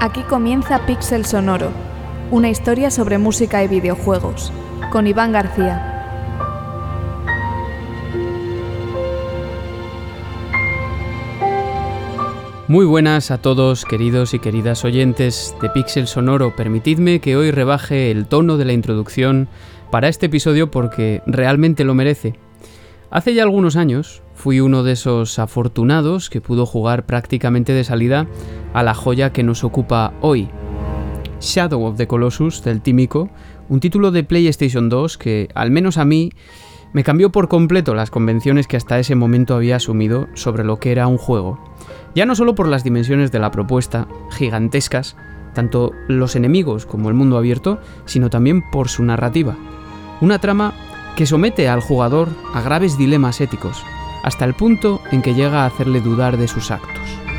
Aquí comienza Píxel Sonoro, una historia sobre música y videojuegos, con Iván García. Muy buenas a todos, queridos y queridas oyentes de Píxel Sonoro. Permitidme que hoy rebaje el tono de la introducción para este episodio porque realmente lo merece. Hace ya algunos años fui uno de esos afortunados que pudo jugar prácticamente de salida a la joya que nos ocupa hoy. Shadow of the Colossus del Tímico, un título de PlayStation 2 que, al menos a mí, me cambió por completo las convenciones que hasta ese momento había asumido sobre lo que era un juego. Ya no solo por las dimensiones de la propuesta, gigantescas, tanto los enemigos como el mundo abierto, sino también por su narrativa. Una trama que somete al jugador a graves dilemas éticos, hasta el punto en que llega a hacerle dudar de sus actos.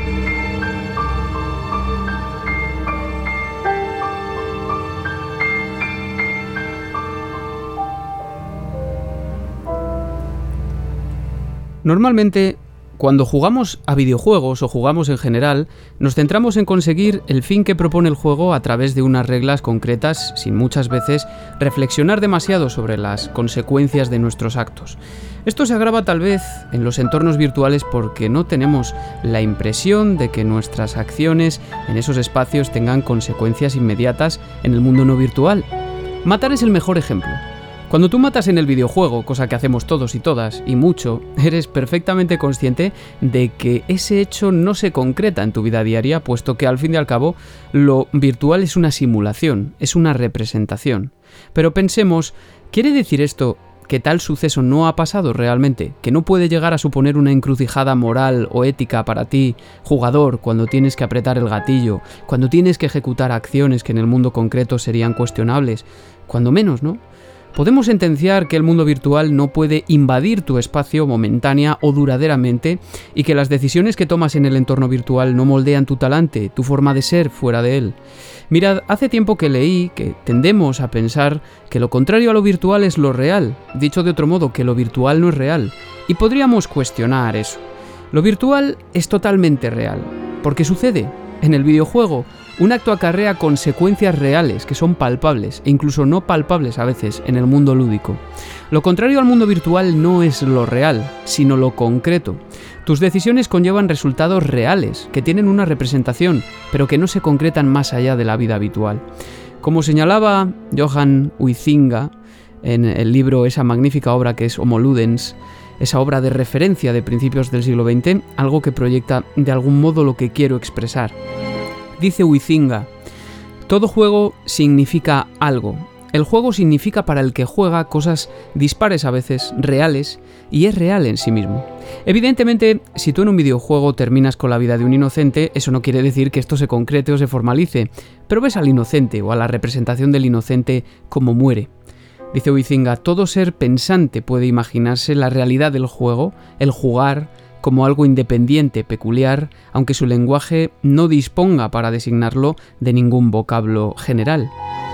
Normalmente, cuando jugamos a videojuegos o jugamos en general, nos centramos en conseguir el fin que propone el juego a través de unas reglas concretas, sin muchas veces reflexionar demasiado sobre las consecuencias de nuestros actos. Esto se agrava tal vez en los entornos virtuales porque no tenemos la impresión de que nuestras acciones en esos espacios tengan consecuencias inmediatas en el mundo no virtual. Matar es el mejor ejemplo. Cuando tú matas en el videojuego, cosa que hacemos todos y todas, y mucho, eres perfectamente consciente de que ese hecho no se concreta en tu vida diaria, puesto que al fin y al cabo lo virtual es una simulación, es una representación. Pero pensemos, ¿quiere decir esto que tal suceso no ha pasado realmente? ¿Que no puede llegar a suponer una encrucijada moral o ética para ti, jugador, cuando tienes que apretar el gatillo, cuando tienes que ejecutar acciones que en el mundo concreto serían cuestionables? Cuando menos, ¿no? Podemos sentenciar que el mundo virtual no puede invadir tu espacio momentánea o duraderamente y que las decisiones que tomas en el entorno virtual no moldean tu talante, tu forma de ser fuera de él. Mirad, hace tiempo que leí que tendemos a pensar que lo contrario a lo virtual es lo real, dicho de otro modo, que lo virtual no es real, y podríamos cuestionar eso. Lo virtual es totalmente real, porque sucede. En el videojuego, un acto acarrea consecuencias reales que son palpables e incluso no palpables a veces en el mundo lúdico. Lo contrario al mundo virtual no es lo real, sino lo concreto. Tus decisiones conllevan resultados reales, que tienen una representación, pero que no se concretan más allá de la vida habitual. Como señalaba Johan Huizinga en el libro, esa magnífica obra que es Homo Ludens, esa obra de referencia de principios del siglo XX, algo que proyecta de algún modo lo que quiero expresar. Dice Huizinga: todo juego significa algo. El juego significa para el que juega cosas dispares a veces, reales, y es real en sí mismo. Evidentemente, si tú en un videojuego terminas con la vida de un inocente, eso no quiere decir que esto se concrete o se formalice, pero ves al inocente o a la representación del inocente como muere. Dice Huizinga: todo ser pensante puede imaginarse la realidad del juego, el jugar, como algo independiente, peculiar, aunque su lenguaje no disponga para designarlo de ningún vocablo general.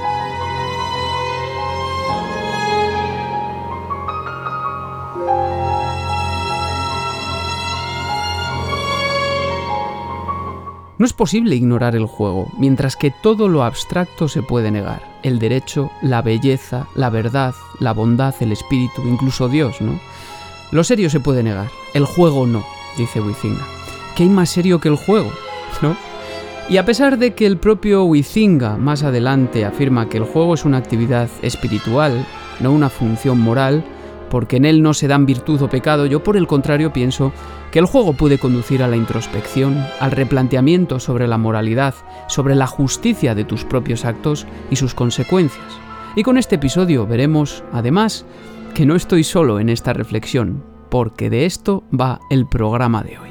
No es posible ignorar el juego, mientras que todo lo abstracto se puede negar. El derecho, la belleza, la verdad, la bondad, el espíritu, incluso Dios, ¿no? Lo serio se puede negar, el juego no, dice Huizinga. ¿Qué hay más serio que el juego? ¿No? Y a pesar de que el propio Huizinga más adelante afirma que el juego es una actividad espiritual, no una función moral, porque en él no se dan virtud o pecado, yo por el contrario pienso que el juego puede conducir a la introspección, al replanteamiento sobre la moralidad, sobre la justicia de tus propios actos y sus consecuencias. Y con este episodio veremos, además, que no estoy solo en esta reflexión, porque de esto va el programa de hoy.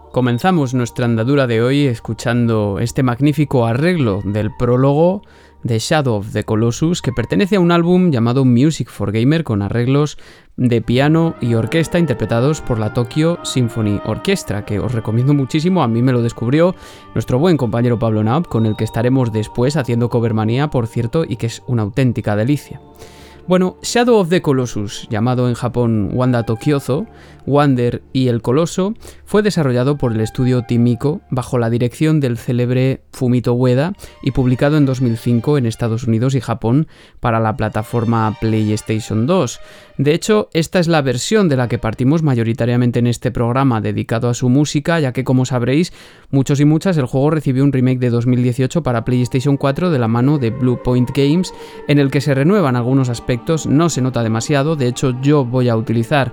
Comenzamos nuestra andadura de hoy escuchando este magnífico arreglo del prólogo de Shadow of the Colossus, que pertenece a un álbum llamado Music for Gamer, con arreglos de piano y orquesta interpretados por la Tokyo Symphony Orchestra, que os recomiendo muchísimo. A mí me lo descubrió nuestro buen compañero Pablo Naub, con el que estaremos después haciendo Covermanía, por cierto, y que es una auténtica delicia. Bueno, Shadow of the Colossus, llamado en Japón Wanda Tokyozo, Wander y el Coloso, fue desarrollado por el estudio Timiko bajo la dirección del célebre Fumito Ueda y publicado en 2005 en Estados Unidos y Japón para la plataforma PlayStation 2. De hecho, esta es la versión de la que partimos mayoritariamente en este programa dedicado a su música, ya que, como sabréis, muchos y muchas, el juego recibió un remake de 2018 para PlayStation 4 de la mano de Blue Point Games, en el que se renuevan algunos aspectos, no se nota demasiado. De hecho, yo voy a utilizar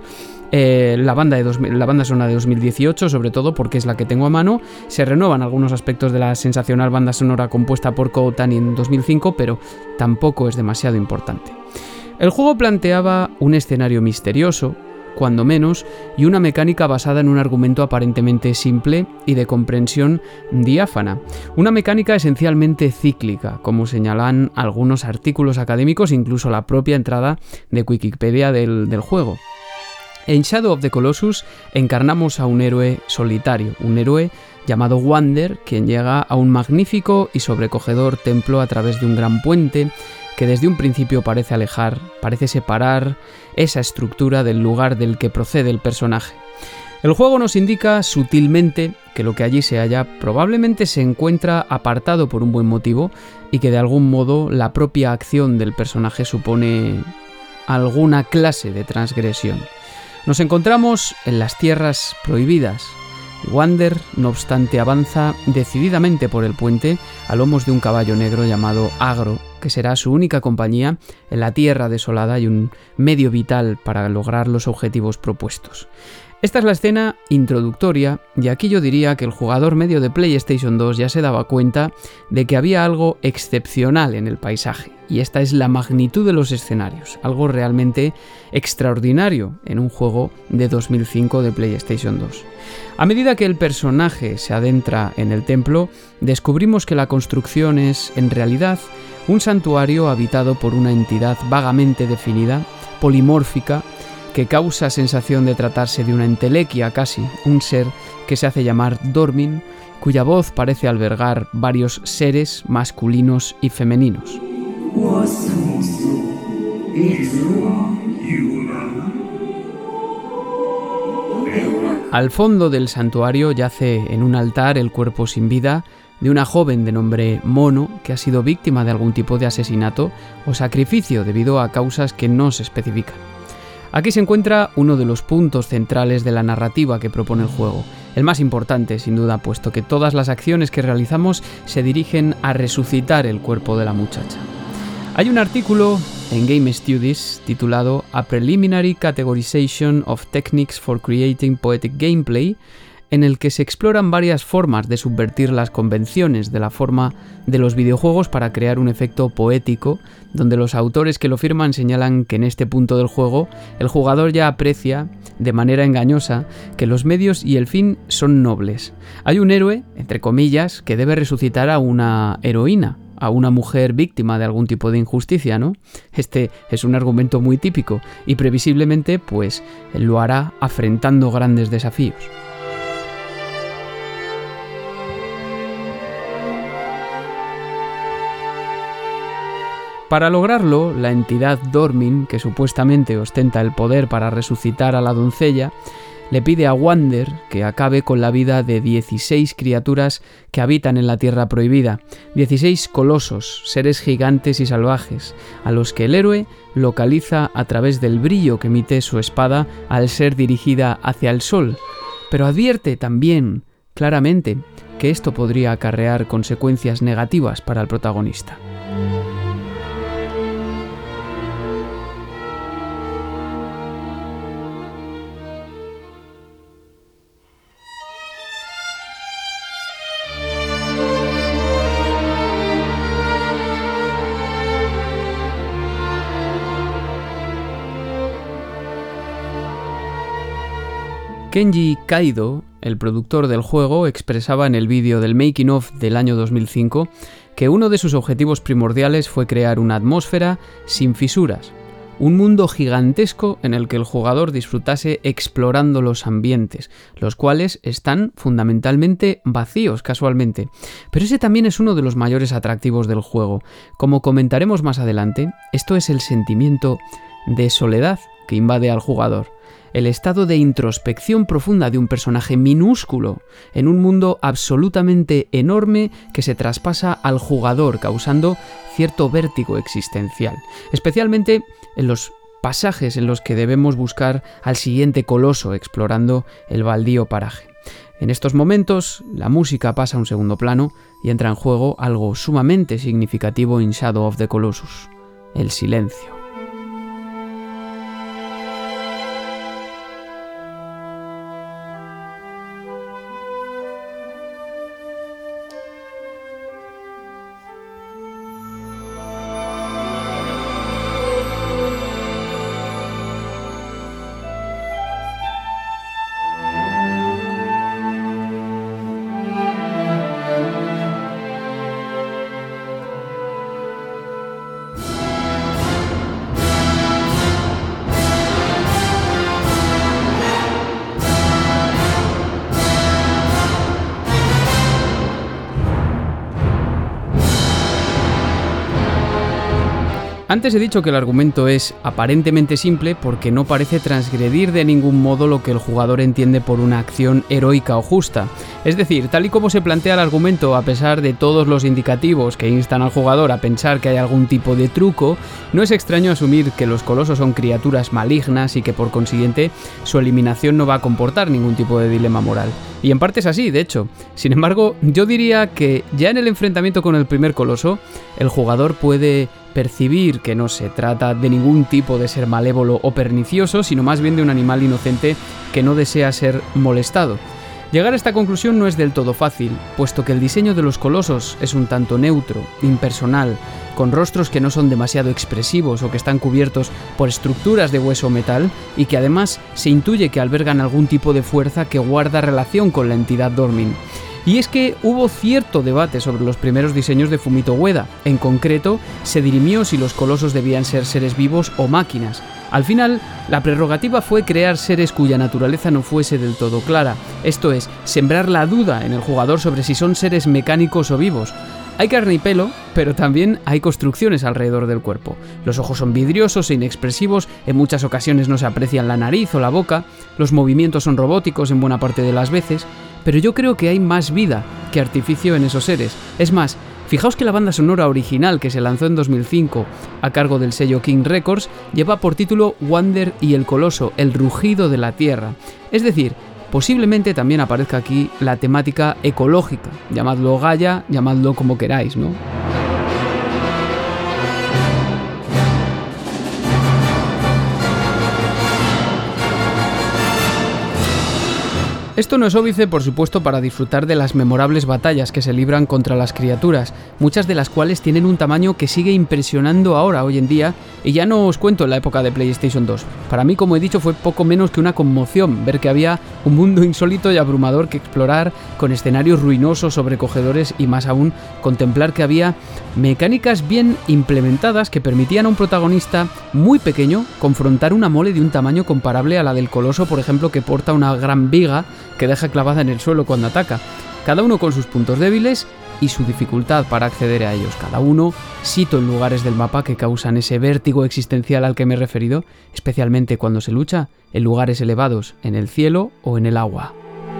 la banda sonora de 2018, sobre todo porque es la que tengo a mano. Se renuevan algunos aspectos de la sensacional banda sonora compuesta por Ko Tani en 2005, pero tampoco es demasiado importante. El juego planteaba un escenario misterioso, cuando menos, y una mecánica basada en un argumento aparentemente simple y de comprensión diáfana. Una mecánica esencialmente cíclica, como señalan algunos artículos académicos, incluso la propia entrada de Wikipedia del juego. En Shadow of the Colossus encarnamos a un héroe solitario, un héroe llamado Wander, quien llega a un magnífico y sobrecogedor templo a través de un gran puente que desde un principio parece separar esa estructura del lugar del que procede el personaje. El juego nos indica sutilmente que lo que allí se halla probablemente se encuentra apartado por un buen motivo y que de algún modo la propia acción del personaje supone alguna clase de transgresión. Nos encontramos en las tierras prohibidas. Wander, no obstante, avanza decididamente por el puente a lomos de un caballo negro llamado Agro, que será su única compañía en la tierra desolada y un medio vital para lograr los objetivos propuestos. Esta es la escena introductoria, y aquí yo diría que el jugador medio de PlayStation 2 ya se daba cuenta de que había algo excepcional en el paisaje, y esta es la magnitud de los escenarios, algo realmente extraordinario en un juego de 2005 de PlayStation 2. A medida que el personaje se adentra en el templo, descubrimos que la construcción es, en realidad, un santuario habitado por una entidad vagamente definida, polimórfica, que causa sensación de tratarse de una entelequia casi, un ser que se hace llamar Dormin, cuya voz parece albergar varios seres masculinos y femeninos. Al fondo del santuario yace en un altar el cuerpo sin vida de una joven de nombre Mono, que ha sido víctima de algún tipo de asesinato o sacrificio debido a causas que no se especifican. Aquí se encuentra uno de los puntos centrales de la narrativa que propone el juego, el más importante sin duda, puesto que todas las acciones que realizamos se dirigen a resucitar el cuerpo de la muchacha. Hay un artículo en Game Studies titulado A Preliminary Categorization of Techniques for Creating Poetic Gameplay, en el que se exploran varias formas de subvertir las convenciones de la forma de los videojuegos para crear un efecto poético, donde los autores que lo firman señalan que en este punto del juego el jugador ya aprecia, de manera engañosa, que los medios y el fin son nobles. Hay un héroe, entre comillas, que debe resucitar a una heroína, a una mujer víctima de algún tipo de injusticia, ¿no? Este es un argumento muy típico y previsiblemente, pues, lo hará afrontando grandes desafíos. Para lograrlo, la entidad Dormin, que supuestamente ostenta el poder para resucitar a la doncella, le pide a Wander que acabe con la vida de 16 criaturas que habitan en la Tierra Prohibida, 16 colosos, seres gigantes y salvajes, a los que el héroe localiza a través del brillo que emite su espada al ser dirigida hacia el sol, pero advierte también, claramente, que esto podría acarrear consecuencias negativas para el protagonista. Kenji Kaido, el productor del juego, expresaba en el vídeo del making of del año 2005 que uno de sus objetivos primordiales fue crear una atmósfera sin fisuras, un mundo gigantesco en el que el jugador disfrutase explorando los ambientes, los cuales están fundamentalmente vacíos casualmente. Pero ese también es uno de los mayores atractivos del juego. Como comentaremos más adelante, esto es el sentimiento de soledad que invade al jugador, el estado de introspección profunda de un personaje minúsculo en un mundo absolutamente enorme que se traspasa al jugador, causando cierto vértigo existencial, especialmente en los pasajes en los que debemos buscar al siguiente coloso explorando el baldío paraje. En estos momentos, la música pasa a un segundo plano y entra en juego algo sumamente significativo en Shadow of the Colossus: el silencio. Antes he dicho que el argumento es aparentemente simple porque no parece transgredir de ningún modo lo que el jugador entiende por una acción heroica o justa. Es decir, tal y como se plantea el argumento, a pesar de todos los indicativos que instan al jugador a pensar que hay algún tipo de truco, no es extraño asumir que los colosos son criaturas malignas y que por consiguiente su eliminación no va a comportar ningún tipo de dilema moral. Y en parte es así, de hecho. Sin embargo, yo diría que ya en el enfrentamiento con el primer coloso, el jugador puede percibir que no se trata de ningún tipo de ser malévolo o pernicioso, sino más bien de un animal inocente que no desea ser molestado. Llegar a esta conclusión no es del todo fácil, puesto que el diseño de los colosos es un tanto neutro, impersonal, con rostros que no son demasiado expresivos o que están cubiertos por estructuras de hueso o metal y que además se intuye que albergan algún tipo de fuerza que guarda relación con la entidad Dormin. Y es que hubo cierto debate sobre los primeros diseños de Fumito Ueda. En concreto, se dirimió si los colosos debían ser seres vivos o máquinas. Al final, la prerrogativa fue crear seres cuya naturaleza no fuese del todo clara, esto es, sembrar la duda en el jugador sobre si son seres mecánicos o vivos. Hay carne y pelo, pero también hay construcciones alrededor del cuerpo. Los ojos son vidriosos e inexpresivos, en muchas ocasiones no se aprecian la nariz o la boca, los movimientos son robóticos en buena parte de las veces, pero yo creo que hay más vida que artificio en esos seres. Es más, fijaos que la banda sonora original que se lanzó en 2005 a cargo del sello King Records lleva por título Wander y el Coloso, el rugido de la tierra. Es decir, posiblemente también aparezca aquí la temática ecológica, llamadlo Gaia, llamadlo como queráis, ¿no? Esto no es óbice, por supuesto, para disfrutar de las memorables batallas que se libran contra las criaturas, muchas de las cuales tienen un tamaño que sigue impresionando ahora, hoy en día, y ya no os cuento en la época de PlayStation 2. Para mí, como he dicho, fue poco menos que una conmoción ver que había un mundo insólito y abrumador que explorar, con escenarios ruinosos, sobrecogedores y más aún, contemplar que había mecánicas bien implementadas que permitían a un protagonista muy pequeño confrontar una mole de un tamaño comparable a la del coloso, por ejemplo, que porta una gran viga que deja clavada en el suelo cuando ataca, cada uno con sus puntos débiles y su dificultad para acceder a ellos, cada uno sito en lugares del mapa que causan ese vértigo existencial al que me he referido, especialmente cuando se lucha en lugares elevados, en el cielo o en el agua.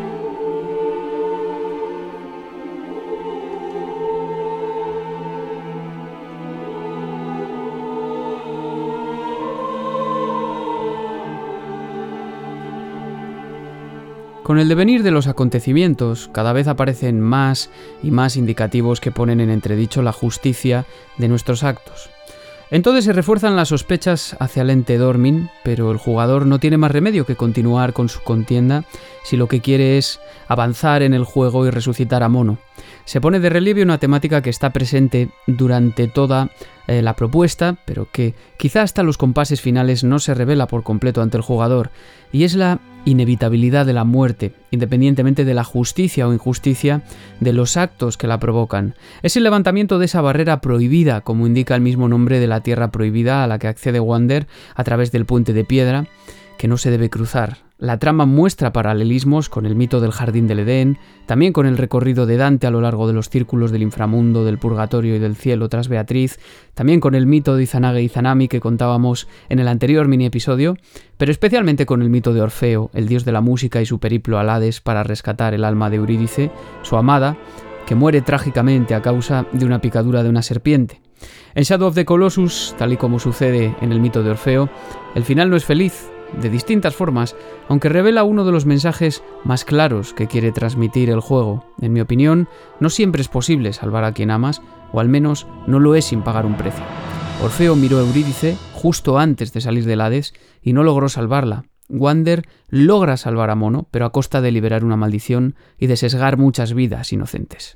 Con el devenir de los acontecimientos, cada vez aparecen más y más indicativos que ponen en entredicho la justicia de nuestros actos. Entonces se refuerzan las sospechas hacia el ente Dormin, pero el jugador no tiene más remedio que continuar con su contienda si lo que quiere es avanzar en el juego y resucitar a Mono. Se pone de relieve una temática que está presente durante toda la propuesta, pero que quizá hasta los compases finales no se revela por completo ante el jugador, y es la inevitabilidad de la muerte, independientemente de la justicia o injusticia de los actos que la provocan. Es el levantamiento de esa barrera prohibida, como indica el mismo nombre de la tierra prohibida a la que accede Wander a través del puente de piedra, que no se debe cruzar. La trama muestra paralelismos con el mito del jardín del Edén, también con el recorrido de Dante a lo largo de los círculos del inframundo, del purgatorio y del cielo tras Beatriz, también con el mito de Izanagi y Izanami que contábamos en el anterior mini episodio, pero especialmente con el mito de Orfeo, el dios de la música y su periplo al Hades para rescatar el alma de Eurídice, su amada, que muere trágicamente a causa de una picadura de una serpiente. En Shadow of the Colossus, tal y como sucede en el mito de Orfeo, el final no es feliz, de distintas formas, aunque revela uno de los mensajes más claros que quiere transmitir el juego. En mi opinión, no siempre es posible salvar a quien amas, o al menos no lo es sin pagar un precio. Orfeo miró a Eurídice justo antes de salir del Hades y no logró salvarla. Wander logra salvar a Mono, pero a costa de liberar una maldición y de sesgar muchas vidas inocentes.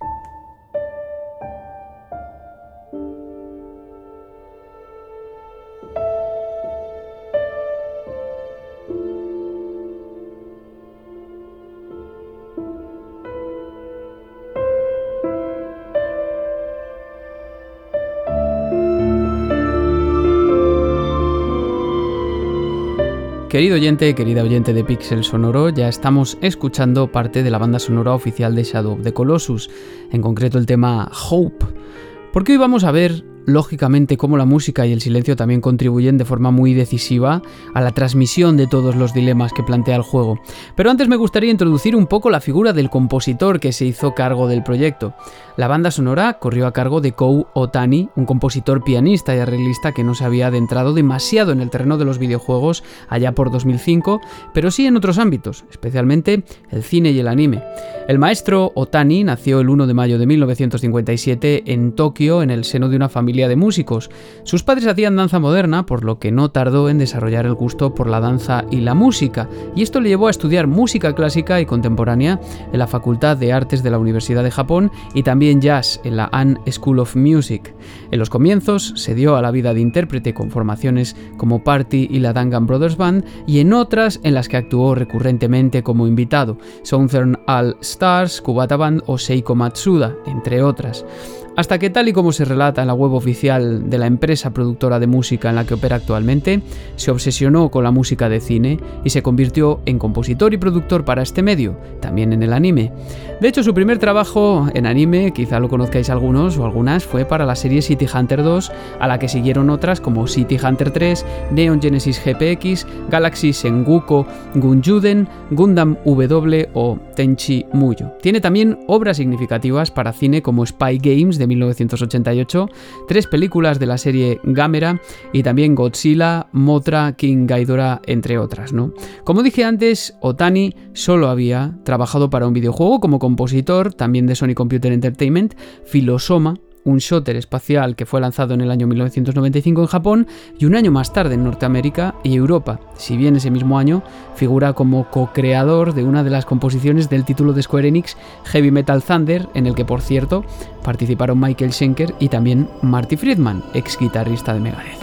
Querido oyente, querida oyente de Pixel Sonoro, ya estamos escuchando parte de la banda sonora oficial de Shadow of the Colossus, en concreto el tema Hope, porque hoy vamos a ver, lógicamente, cómo la música y el silencio también contribuyen de forma muy decisiva a la transmisión de todos los dilemas que plantea el juego. Pero antes me gustaría introducir un poco la figura del compositor que se hizo cargo del proyecto. La banda sonora corrió a cargo de Kou Otani, un compositor, pianista y arreglista que no se había adentrado demasiado en el terreno de los videojuegos allá por 2005, pero sí en otros ámbitos, especialmente el cine y el anime. El maestro Otani nació el 1 de mayo de 1957 en Tokio en el seno de una familia de músicos. Sus padres hacían danza moderna, por lo que no tardó en desarrollar el gusto por la danza y la música, y esto le llevó a estudiar música clásica y contemporánea en la Facultad de Artes de la Universidad de Japón y también jazz en la Ann School of Music. En los comienzos se dio a la vida de intérprete con formaciones como Party y la Dangan Brothers Band, y en otras en las que actuó recurrentemente como invitado, Southern All Stars, Kubata Band o Seiko Matsuda, entre otras. Hasta que, tal y como se relata en la web oficial de la empresa productora de música en la que opera actualmente, se obsesionó con la música de cine y se convirtió en compositor y productor para este medio, también en el anime. De hecho, su primer trabajo en anime, quizá lo conozcáis algunos o algunas, fue para la serie City Hunter 2, a la que siguieron otras como City Hunter 3, Neon Genesis GPX, Galaxy Sengoku Gunjuden, Gundam W o Tenchi Muyo. Tiene también obras significativas para cine como Spy Games de 1988, 3 películas de la serie Gamera y también Godzilla, Mothra, King Ghidorah, entre otras, ¿no? Como dije antes, Otani solo había trabajado para un videojuego como compositor, también de Sony Computer Entertainment, Philosoma, un shooter espacial que fue lanzado en el año 1995 en Japón y un año más tarde en Norteamérica y Europa, si bien ese mismo año figura como co-creador de una de las composiciones del título de Square Enix, Heavy Metal Thunder, en el que, por cierto, participaron Michael Schenker y también Marty Friedman, ex guitarrista de Megadeth.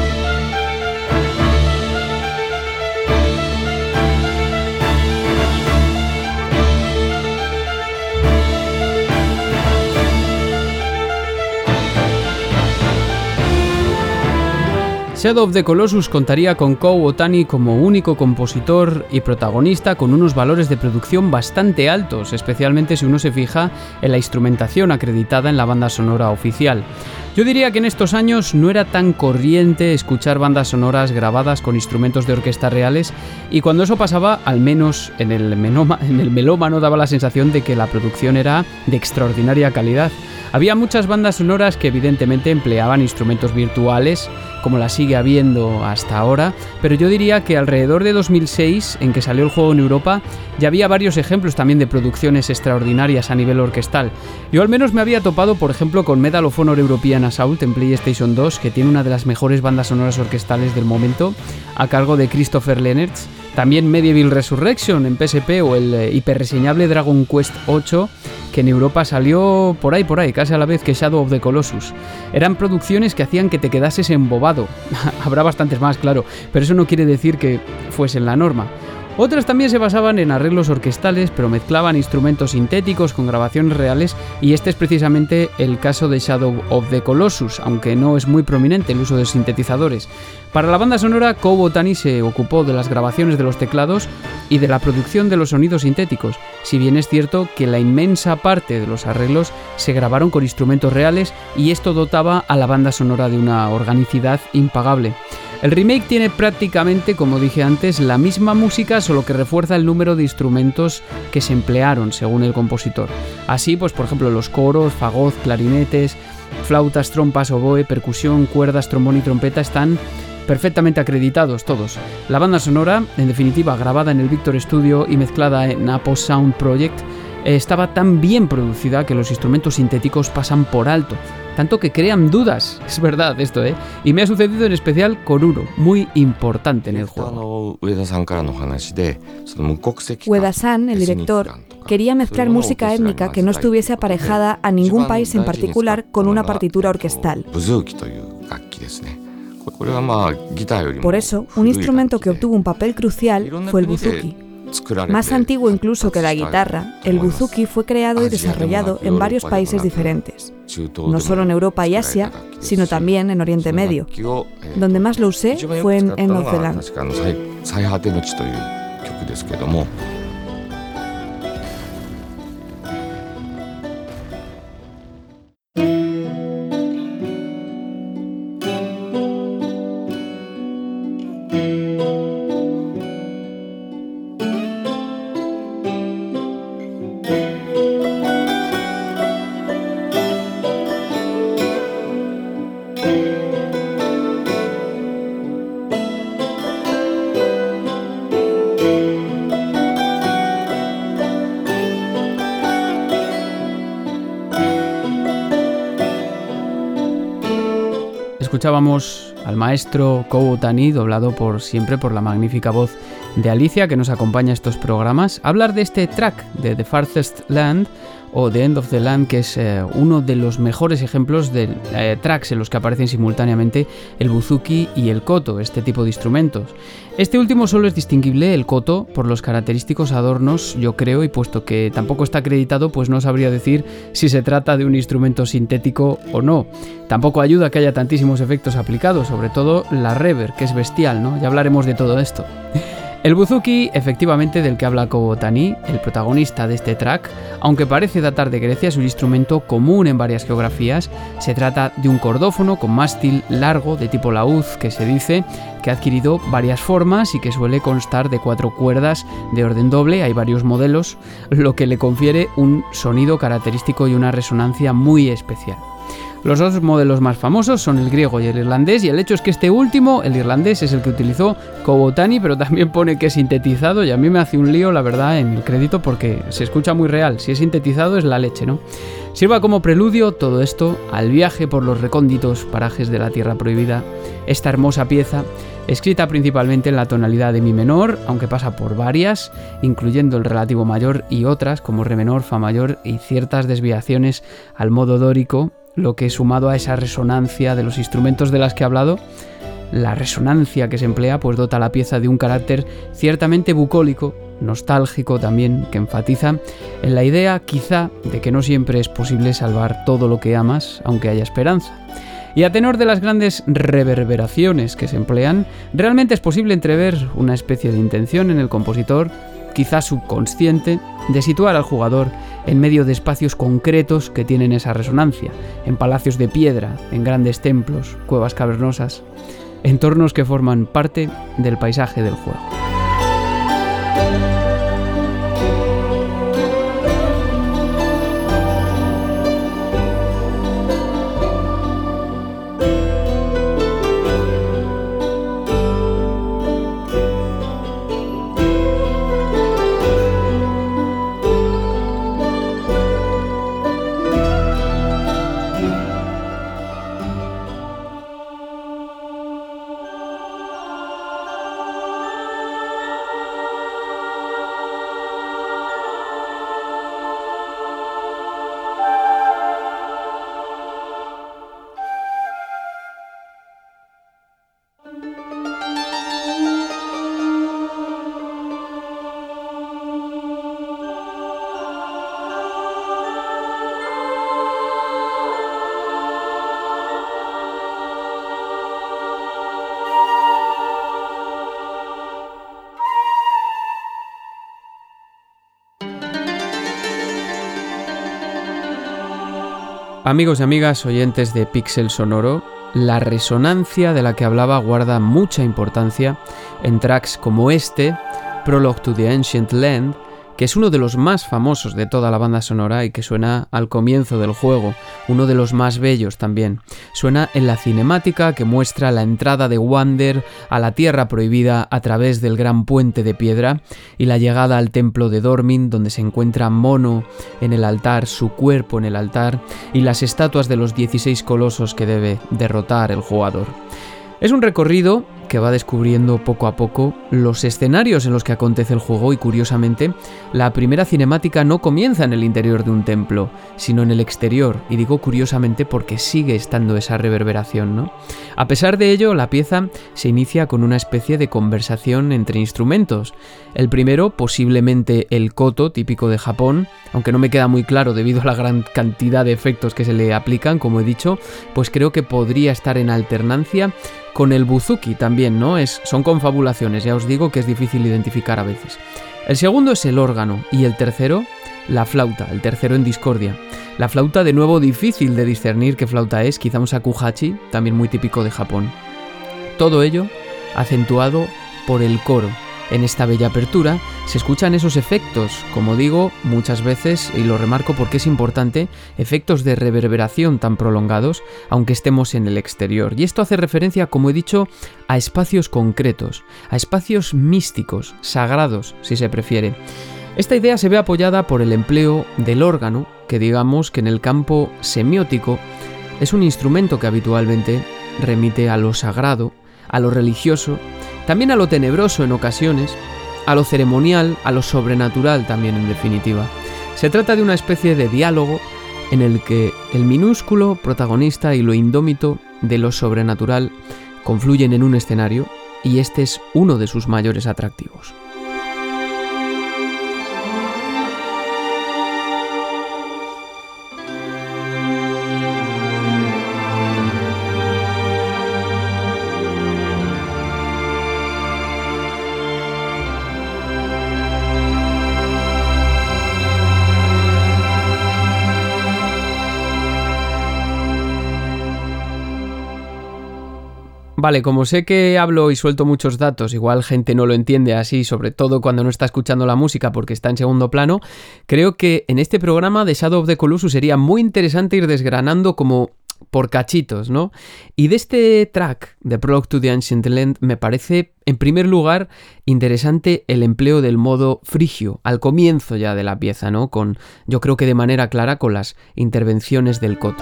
Shadow of the Colossus contaría con Kou Otani como único compositor y protagonista, con unos valores de producción bastante altos, especialmente si uno se fija en la instrumentación acreditada en la banda sonora oficial. Yo diría que en estos años no era tan corriente escuchar bandas sonoras grabadas con instrumentos de orquesta reales, y cuando eso pasaba, al menos en el melómano daba la sensación de que la producción era de extraordinaria calidad. Había muchas bandas sonoras que evidentemente empleaban instrumentos virtuales, como la sigue habiendo hasta ahora, pero yo diría que alrededor de 2006, en que salió el juego en Europa, ya había varios ejemplos también de producciones extraordinarias a nivel orquestal. Yo al menos me había topado, por ejemplo, con Medal of Honor European Assault en PlayStation 2, que tiene una de las mejores bandas sonoras orquestales del momento, a cargo de Christopher Lennertz. También Medieval Resurrection en PSP o el hiperreseñable Dragon Quest VIII, que en Europa salió por ahí, casi a la vez que Shadow of the Colossus. Eran producciones que hacían que te quedases embobado. Habrá bastantes más, claro, pero eso no quiere decir que fuesen la norma. Otras también se basaban en arreglos orquestales, pero mezclaban instrumentos sintéticos con grabaciones reales, y este es precisamente el caso de Shadow of the Colossus, aunque no es muy prominente el uso de sintetizadores. Para la banda sonora, Kou Botani se ocupó de las grabaciones de los teclados y de la producción de los sonidos sintéticos, si bien es cierto que la inmensa parte de los arreglos se grabaron con instrumentos reales, y esto dotaba a la banda sonora de una organicidad impagable. El remake tiene prácticamente, como dije antes, la misma música, solo que refuerza el número de instrumentos que se emplearon según el compositor. Así, pues por ejemplo, los coros, fagot, clarinetes, flautas, trompas, oboe, percusión, cuerdas, trombón y trompeta están perfectamente acreditados todos. La banda sonora, en definitiva grabada en el Victor Studio y mezclada en Apple Sound Project, estaba tan bien producida que los instrumentos sintéticos pasan por alto, tanto que crean dudas. Es verdad esto, ¿eh? Y me ha sucedido en especial con uno muy importante en el juego. Ueda-san, el director, quería mezclar música étnica que no estuviese aparejada a ningún país en particular con una partitura orquestal. Por eso, un instrumento que obtuvo un papel crucial fue el buzuki. Más antiguo incluso que la guitarra, el buzuki fue creado y desarrollado en varios países diferentes, no solo en Europa y Asia, sino también en Oriente Medio. Donde más lo usé fue en End of the Land. Escuchábamos al maestro Kou Botani, doblado siempre por la magnífica voz de Alicia, que nos acompaña a estos programas, hablar de este track de The Farthest Land o The End of the Land, que es uno de los mejores ejemplos de tracks en los que aparecen simultáneamente el buzuki y el koto, este tipo de instrumentos. Este último solo es distinguible, el koto, por los característicos adornos, yo creo, y puesto que tampoco está acreditado, pues no sabría decir si se trata de un instrumento sintético o no. Tampoco ayuda que haya tantísimos efectos aplicados, sobre todo la reverb, que es bestial, ¿no? Ya hablaremos de todo esto. El buzuki, efectivamente, del que habla Kou Botani, el protagonista de este track, aunque parece datar de Grecia, es un instrumento común en varias geografías. Se trata de un cordófono con mástil largo de tipo laúd, que se dice que ha adquirido varias formas y que suele constar de 4 cuerdas de orden doble. Hay varios modelos, lo que le confiere un sonido característico y una resonancia muy especial. Los dos modelos más famosos son el griego y el irlandés, y el hecho es que este último, el irlandés, es el que utilizó Kou Botani, pero también pone que es sintetizado, y a mí me hace un lío, la verdad, en el crédito, porque se escucha muy real. Si es sintetizado es la leche, ¿no? Sirva como preludio todo esto al viaje por los recónditos parajes de la Tierra Prohibida, esta hermosa pieza, escrita principalmente en la tonalidad de mi menor, aunque pasa por varias, incluyendo el relativo mayor y otras como re menor, fa mayor y ciertas desviaciones al modo dórico, lo que sumado a esa resonancia de los instrumentos de las que he hablado, la resonancia que se emplea pues dota a la pieza de un carácter ciertamente bucólico, nostálgico también, que enfatiza en la idea quizá de que no siempre es posible salvar todo lo que amas, aunque haya esperanza. Y a tenor de las grandes reverberaciones que se emplean, realmente es posible entrever una especie de intención en el compositor, quizá subconsciente, de situar al jugador en medio de espacios concretos que tienen esa resonancia, en palacios de piedra, en grandes templos, cuevas cavernosas, entornos que forman parte del paisaje del juego. Amigos y amigas oyentes de Pixel Sonoro, la resonancia de la que hablaba guarda mucha importancia en tracks como este, Prologue to the Ancient Land, que es uno de los más famosos de toda la banda sonora y que suena al comienzo del juego, uno de los más bellos también. Suena en la cinemática que muestra la entrada de Wander a la Tierra Prohibida a través del gran puente de piedra y la llegada al templo de Dormin, donde se encuentra Mono en el altar, su cuerpo en el altar y las estatuas de los 16 colosos que debe derrotar el jugador. Es un recorrido que va descubriendo poco a poco los escenarios en los que acontece el juego y, curiosamente, la primera cinemática no comienza en el interior de un templo, sino en el exterior, y digo curiosamente porque sigue estando esa reverberación, ¿no? A pesar de ello, la pieza se inicia con una especie de conversación entre instrumentos. El primero, posiblemente el koto, típico de Japón, aunque no me queda muy claro debido a la gran cantidad de efectos que se le aplican, como he dicho, pues creo que podría estar en alternancia con el buzuki también, ¿no? Son confabulaciones, ya os digo que es difícil identificar a veces. El segundo es el órgano y el tercero, la flauta, el tercero en discordia. La flauta, de nuevo, difícil de discernir qué flauta es, quizá un shakuhachi, también muy típico de Japón. Todo ello acentuado por el coro. En esta bella apertura se escuchan esos efectos, como digo muchas veces, y lo remarco porque es importante, efectos de reverberación tan prolongados, aunque estemos en el exterior. Y esto hace referencia, como he dicho, a espacios concretos, a espacios místicos, sagrados, si se prefiere. Esta idea se ve apoyada por el empleo del órgano, que digamos que en el campo semiótico es un instrumento que habitualmente remite a lo sagrado, a lo religioso, también a lo tenebroso en ocasiones, a lo ceremonial, a lo sobrenatural también en definitiva. Se trata de una especie de diálogo en el que el minúsculo protagonista y lo indómito de lo sobrenatural confluyen en un escenario y este es uno de sus mayores atractivos. Vale, como sé que hablo y suelto muchos datos, igual gente no lo entiende así, sobre todo cuando no está escuchando la música porque está en segundo plano, creo que en este programa de Shadow of the Colossus sería muy interesante ir desgranando como por cachitos, ¿no? Y de este track de Prologue to the Ancient Land me parece, en primer lugar, interesante el empleo del modo frigio, al comienzo ya de la pieza, ¿no? Yo creo que de manera clara con las intervenciones del koto.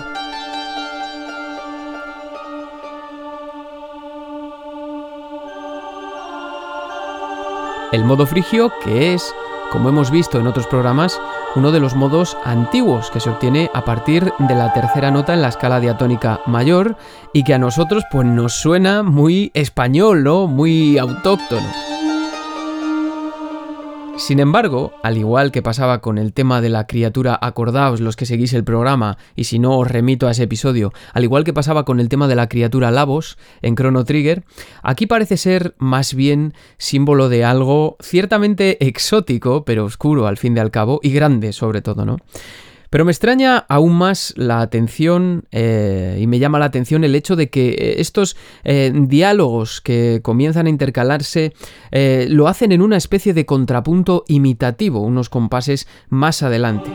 El modo frigio, que es, como hemos visto en otros programas, uno de los modos antiguos que se obtiene a partir de la tercera nota en la escala diatónica mayor y que a nosotros pues nos suena muy español, ¿no? Muy autóctono. Sin embargo, al igual que pasaba con el tema de la criatura, acordaos los que seguís el programa, y si no os remito a ese episodio, al igual que pasaba con el tema de la criatura Lavos en Chrono Trigger, aquí parece ser más bien símbolo de algo ciertamente exótico, pero oscuro al fin y al cabo, y grande sobre todo, ¿no? Pero me extraña aún más la atención y me llama la atención el hecho de que estos diálogos que comienzan a intercalarse lo hacen en una especie de contrapunto imitativo, unos compases más adelante.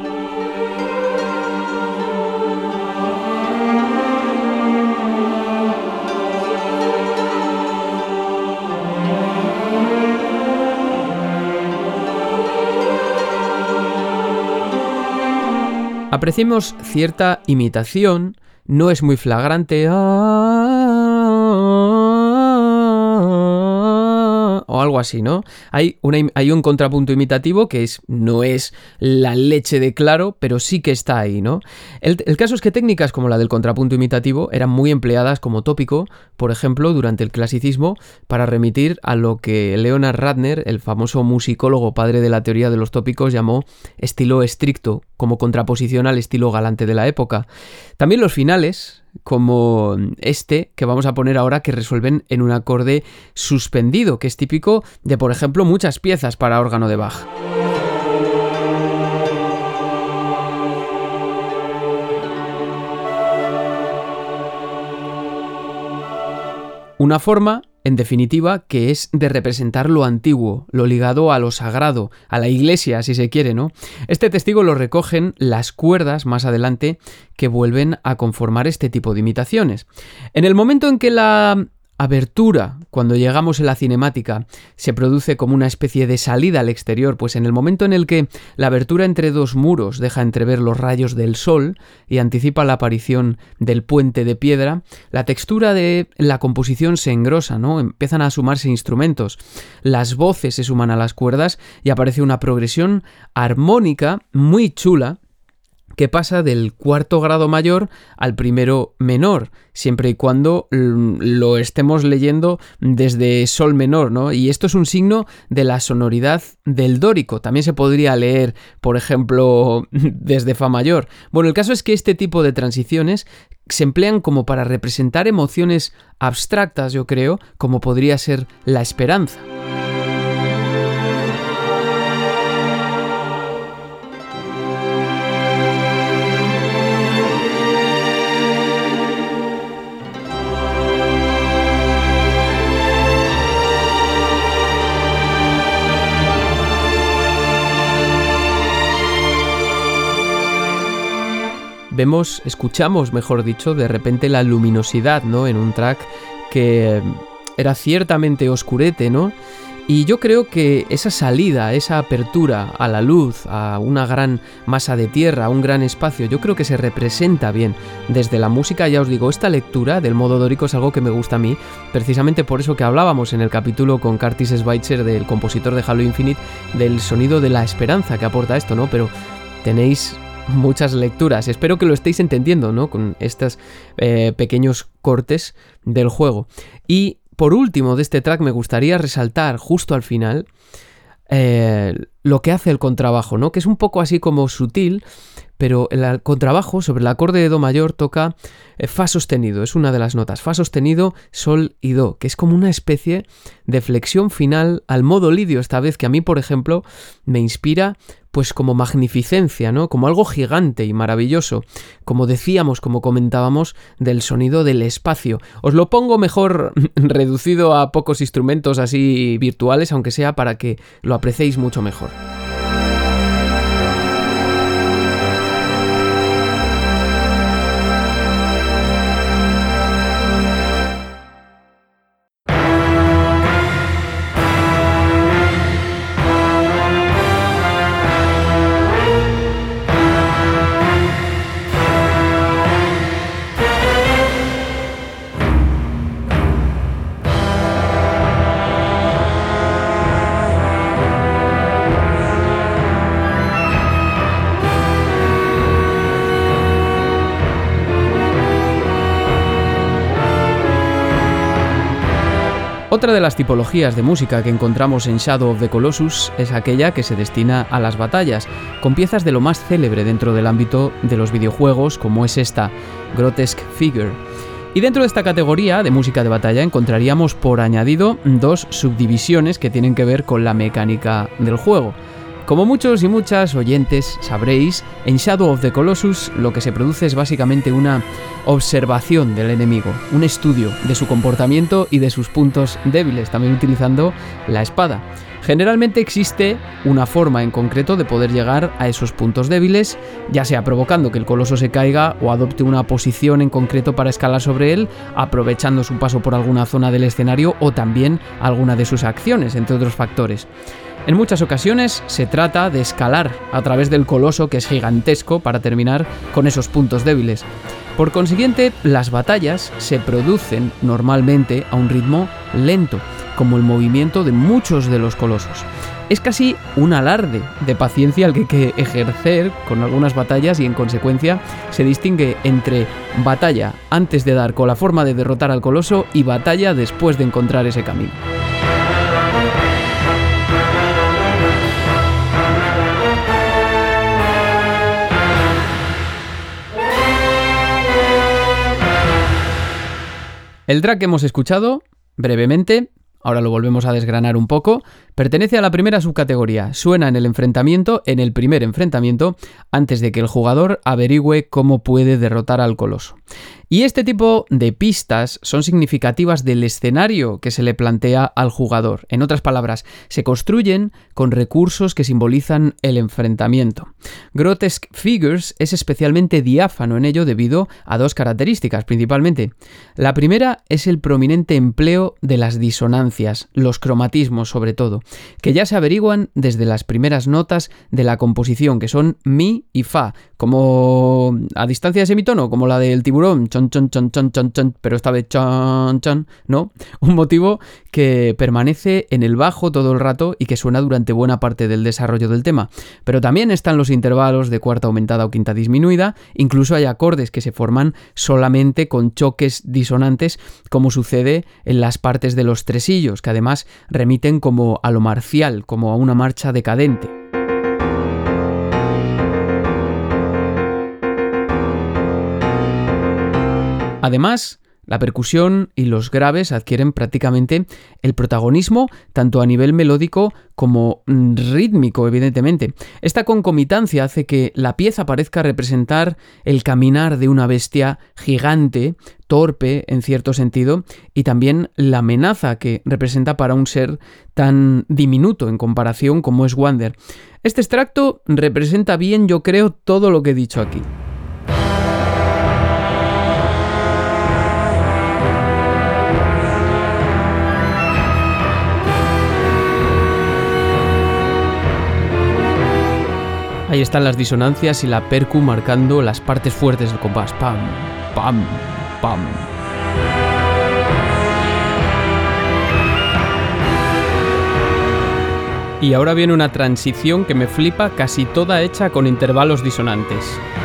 Apreciemos cierta imitación, no es muy flagrante, o algo así, ¿no? Hay un contrapunto imitativo que no es la leche de claro, pero sí que está ahí, ¿no? El caso es que técnicas como la del contrapunto imitativo eran muy empleadas como tópico, por ejemplo, durante el clasicismo, para remitir a lo que Leonard Ratner, el famoso musicólogo padre de la teoría de los tópicos, llamó estilo estricto, como contraposición al estilo galante de la época. También los finales, como este que vamos a poner ahora, que resuelven en un acorde suspendido, que es típico de, por ejemplo, muchas piezas para órgano de Bach. Una forma, en definitiva, que es de representar lo antiguo, lo ligado a lo sagrado, a la iglesia, si se quiere, ¿no? Este testigo lo recogen las cuerdas más adelante que vuelven a conformar este tipo de imitaciones. En el momento en que la abertura, cuando llegamos en la cinemática, se produce como una especie de salida al exterior, pues en el momento en el que la abertura entre dos muros deja entrever los rayos del sol y anticipa la aparición del puente de piedra, la textura de la composición se engrosa, ¿no? Empiezan a sumarse instrumentos, las voces se suman a las cuerdas y aparece una progresión armónica muy chula, que pasa del cuarto grado mayor al primero menor, siempre y cuando lo estemos leyendo desde sol menor, ¿no? Y esto es un signo de la sonoridad del dórico. También se podría leer, por ejemplo, desde fa mayor. Bueno, el caso es que este tipo de transiciones se emplean como para representar emociones abstractas, yo creo, como podría ser la esperanza. Escuchamos, mejor dicho, de repente la luminosidad, ¿no? En un track que era ciertamente oscurete, ¿no? Y yo creo que esa salida, esa apertura a la luz, a una gran masa de tierra, a un gran espacio, yo creo que se representa bien desde la música. Ya os digo, esta lectura del modo dórico es algo que me gusta a mí, precisamente por eso que hablábamos en el capítulo con Curtis Schweitzer, del compositor de Halo Infinite, del sonido de la esperanza que aporta esto, ¿no? Pero tenéis muchas lecturas. Espero que lo estéis entendiendo, ¿no? Con estos pequeños cortes del juego. Y por último de este track me gustaría resaltar justo al final lo que hace el contrabajo, ¿no? Que es un poco así como sutil, pero el contrabajo sobre el acorde de do mayor toca fa sostenido, es una de las notas, fa sostenido, sol y do, que es como una especie de flexión final al modo lidio esta vez, que a mí, por ejemplo, me inspira pues como magnificencia, ¿no? Como algo gigante y maravilloso, como decíamos, como comentábamos, del sonido del espacio. Os lo pongo mejor reducido a pocos instrumentos así virtuales, aunque sea para que lo apreciéis mucho mejor. Otra de las tipologías de música que encontramos en Shadow of the Colossus es aquella que se destina a las batallas, con piezas de lo más célebre dentro del ámbito de los videojuegos, como es esta, Grotesque Figure. Y dentro de esta categoría de música de batalla encontraríamos por añadido dos subdivisiones que tienen que ver con la mecánica del juego. Como muchos y muchas oyentes sabréis, en Shadow of the Colossus lo que se produce es básicamente una observación del enemigo, un estudio de su comportamiento y de sus puntos débiles, también utilizando la espada. Generalmente existe una forma en concreto de poder llegar a esos puntos débiles, ya sea provocando que el coloso se caiga o adopte una posición en concreto para escalar sobre él, aprovechando su paso por alguna zona del escenario o también alguna de sus acciones, entre otros factores. En muchas ocasiones se trata de escalar a través del coloso, que es gigantesco, para terminar con esos puntos débiles. Por consiguiente, las batallas se producen normalmente a un ritmo lento, como el movimiento de muchos de los colosos. Es casi un alarde de paciencia el que hay que ejercer con algunas batallas y en consecuencia se distingue entre batalla antes de dar con la forma de derrotar al coloso y batalla después de encontrar ese camino. El track que hemos escuchado, brevemente, ahora lo volvemos a desgranar un poco, pertenece a la primera subcategoría. Suena en el primer enfrentamiento, antes de que el jugador averigüe cómo puede derrotar al coloso. Y este tipo de pistas son significativas del escenario que se le plantea al jugador. En otras palabras, se construyen con recursos que simbolizan el enfrentamiento. Grotesque Figures es especialmente diáfano en ello debido a dos características principalmente. La primera es el prominente empleo de las disonancias, los cromatismos sobre todo, que ya se averiguan desde las primeras notas de la composición, que son mi y fa, como a distancia de semitono, como la del tiburón, chon, chon, chon, chon, chon, chon, pero esta vez chon, chon, ¿no? Un motivo que permanece en el bajo todo el rato y que suena durante buena parte del desarrollo del tema. Pero también están los intervalos de cuarta aumentada o quinta disminuida, incluso hay acordes que se forman solamente con choques disonantes, como sucede en las partes de los tresillos, que además remiten como a lo marcial, como a una marcha decadente. Además, la percusión y los graves adquieren prácticamente el protagonismo tanto a nivel melódico como rítmico, evidentemente. Esta concomitancia hace que la pieza parezca representar el caminar de una bestia gigante, torpe en cierto sentido, y también la amenaza que representa para un ser tan diminuto en comparación como es Wander. Este extracto representa bien, yo creo, todo lo que he dicho aquí. Ahí están las disonancias y la percu marcando las partes fuertes del compás. Pam, pam, pam. Y ahora viene una transición que me flipa, casi toda hecha con intervalos disonantes.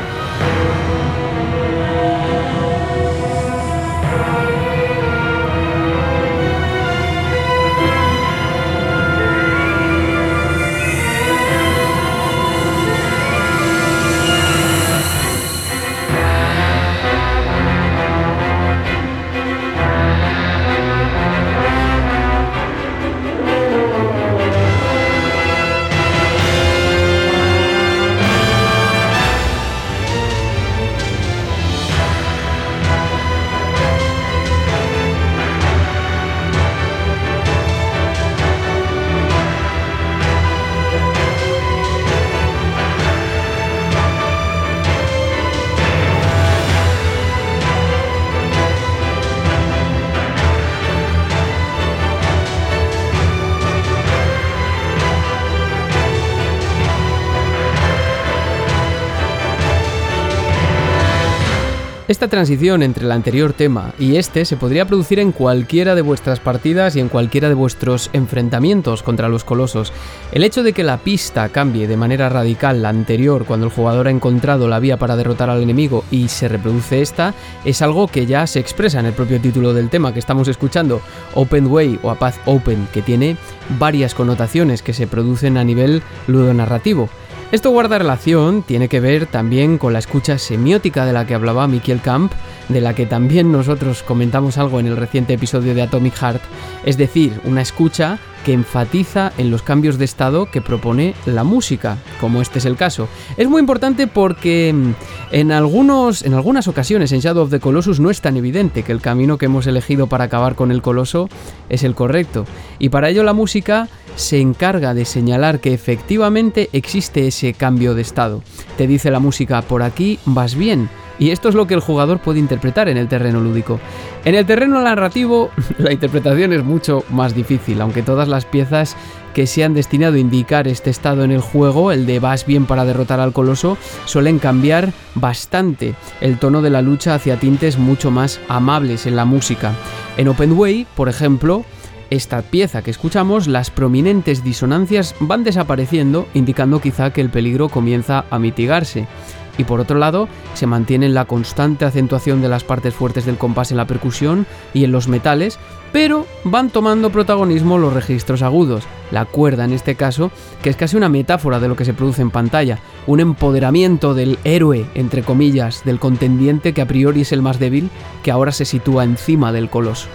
Esta transición entre el anterior tema y este se podría producir en cualquiera de vuestras partidas y en cualquiera de vuestros enfrentamientos contra los colosos. El hecho de que la pista cambie de manera radical la anterior cuando el jugador ha encontrado la vía para derrotar al enemigo y se reproduce esta, es algo que ya se expresa en el propio título del tema que estamos escuchando, Open Way o A Path Open, que tiene varias connotaciones que se producen a nivel ludonarrativo. Esto guarda relación, tiene que ver también con la escucha semiótica de la que hablaba Michiel Camp, de la que también nosotros comentamos algo en el reciente episodio de Atomic Heart, es decir, una escucha que enfatiza en los cambios de estado que propone la música, como este es el caso. Es muy importante porque en algunas ocasiones en Shadow of the Colossus no es tan evidente que el camino que hemos elegido para acabar con el coloso es el correcto, y para ello la música se encarga de señalar que efectivamente existe ese cambio de estado. Te dice la música, por aquí vas bien. Y esto es lo que el jugador puede interpretar en el terreno lúdico. En el terreno narrativo, la interpretación es mucho más difícil, aunque todas las piezas que se han destinado a indicar este estado en el juego, el de vas bien para derrotar al coloso, suelen cambiar bastante el tono de la lucha hacia tintes mucho más amables en la música. En Open Way, por ejemplo, esta pieza que escuchamos, las prominentes disonancias van desapareciendo, indicando quizá que el peligro comienza a mitigarse. Y por otro lado, se mantiene la constante acentuación de las partes fuertes del compás en la percusión y en los metales, pero van tomando protagonismo los registros agudos, la cuerda en este caso, que es casi una metáfora de lo que se produce en pantalla, un empoderamiento del héroe, entre comillas, del contendiente que a priori es el más débil, que ahora se sitúa encima del coloso.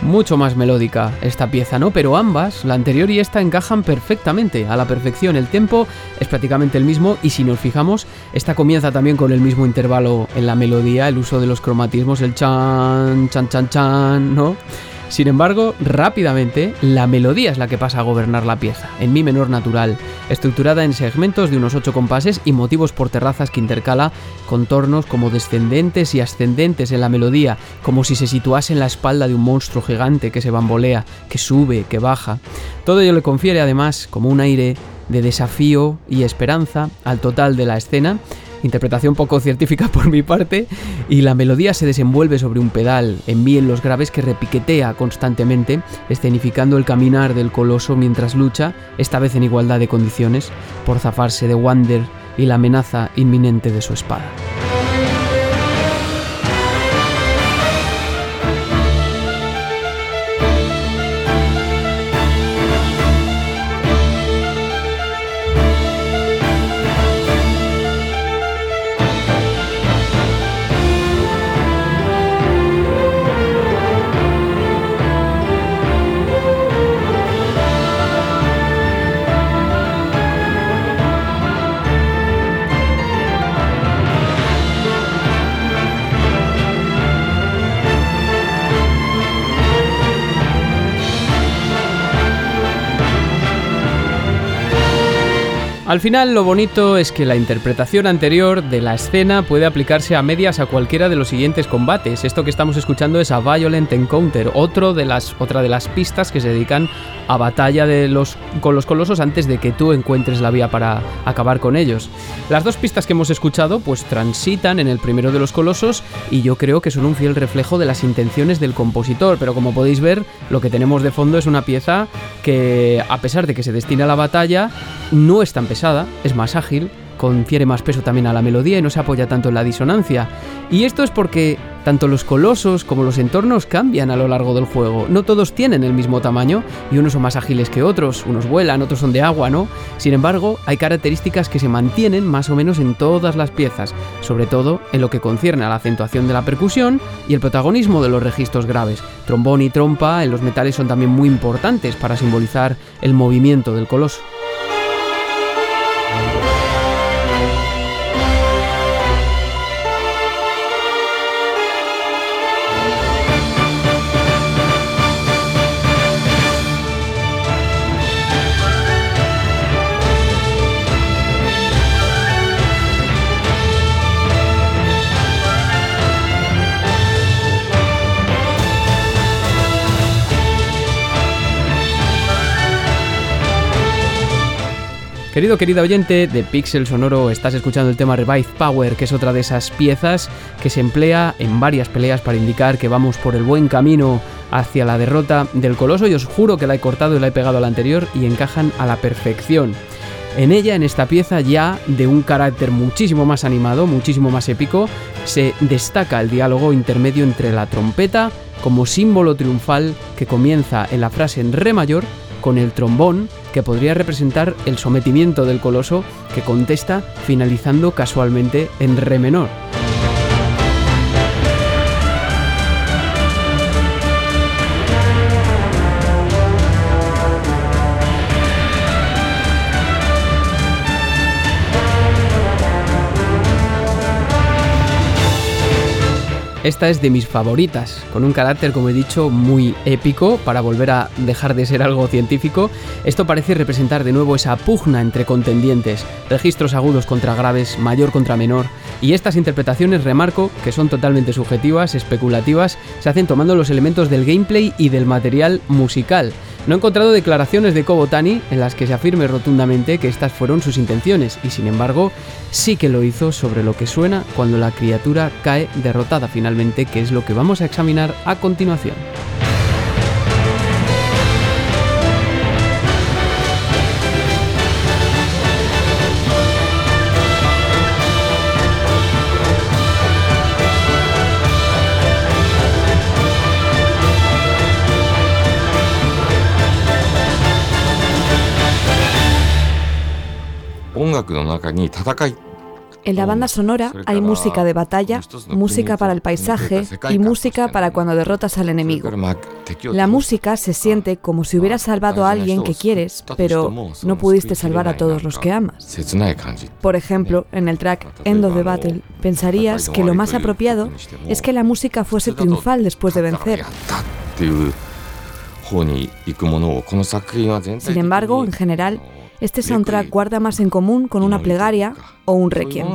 mucho más melódica esta pieza, ¿no? Pero ambas, la anterior y esta, encajan perfectamente, a la perfección. El tempo es prácticamente el mismo y si nos fijamos, esta comienza también con el mismo intervalo en la melodía, el uso de los cromatismos, el chan, chan, chan, chan, ¿no? Sin embargo, rápidamente, la melodía es la que pasa a gobernar la pieza, en mi menor natural, estructurada en segmentos de unos 8 compases y motivos por terrazas que intercala contornos como descendentes y ascendentes en la melodía, como si se situase en la espalda de un monstruo gigante que se bambolea, que sube, que baja. Todo ello le confiere además como un aire de desafío y esperanza al total de la escena. Interpretación poco científica por mi parte, y la melodía se desenvuelve sobre un pedal, en mi en los graves que repiquetea constantemente, escenificando el caminar del coloso mientras lucha, esta vez en igualdad de condiciones, por zafarse de Wander y la amenaza inminente de su espada. Al final, lo bonito es que la interpretación anterior de la escena puede aplicarse a medias a cualquiera de los siguientes combates. Esto que estamos escuchando es A Violent Encounter, otra de las pistas que se dedican a batalla con los colosos antes de que tú encuentres la vía para acabar con ellos. Las dos pistas que hemos escuchado pues transitan en el primero de los colosos y yo creo que son un fiel reflejo de las intenciones del compositor, pero como podéis ver, lo que tenemos de fondo es una pieza que, a pesar de que se destina a la batalla, no es tan pesada, es más ágil, confiere más peso también a la melodía y no se apoya tanto en la disonancia. Y esto es porque tanto los colosos como los entornos cambian a lo largo del juego. No todos tienen el mismo tamaño y unos son más ágiles que otros, unos vuelan, otros son de agua, ¿no? Sin embargo, hay características que se mantienen más o menos en todas las piezas, sobre todo en lo que concierne a la acentuación de la percusión y el protagonismo de los registros graves. Trombón y trompa en los metales son también muy importantes para simbolizar el movimiento del coloso. Querido oyente de Pixel Sonoro, estás escuchando el tema Revive Power, que es otra de esas piezas que se emplea en varias peleas para indicar que vamos por el buen camino hacia la derrota del coloso, y os juro que la he cortado y la he pegado a la anterior y encajan a la perfección. En ella, en esta pieza ya de un carácter muchísimo más animado, muchísimo más épico, se destaca el diálogo intermedio entre la trompeta como símbolo triunfal que comienza en la frase en re mayor con el trombón, que podría representar el sometimiento del coloso, que contesta finalizando casualmente en re menor. Esta es de mis favoritas, con un carácter, como he dicho, muy épico, para volver a dejar de ser algo científico. Esto parece representar de nuevo esa pugna entre contendientes, registros agudos contra graves, mayor contra menor, y estas interpretaciones, remarco, que son totalmente subjetivas, especulativas, se hacen tomando los elementos del gameplay y del material musical. No he encontrado declaraciones de Kobo Tani en las que se afirme rotundamente que estas fueron sus intenciones, y sin embargo sí que lo hizo sobre lo que suena cuando la criatura cae derrotada finalmente, que es lo que vamos a examinar a continuación. En la banda sonora hay música de batalla, música para el paisaje y música para cuando derrotas al enemigo. La música se siente como si hubieras salvado a alguien que quieres, pero no pudiste salvar a todos los que amas. Por ejemplo, en el track End of the Battle, pensarías que lo más apropiado es que la música fuese triunfal después de vencer. Sin embargo, en general, este soundtrack guarda más en común con una plegaria o un requiem.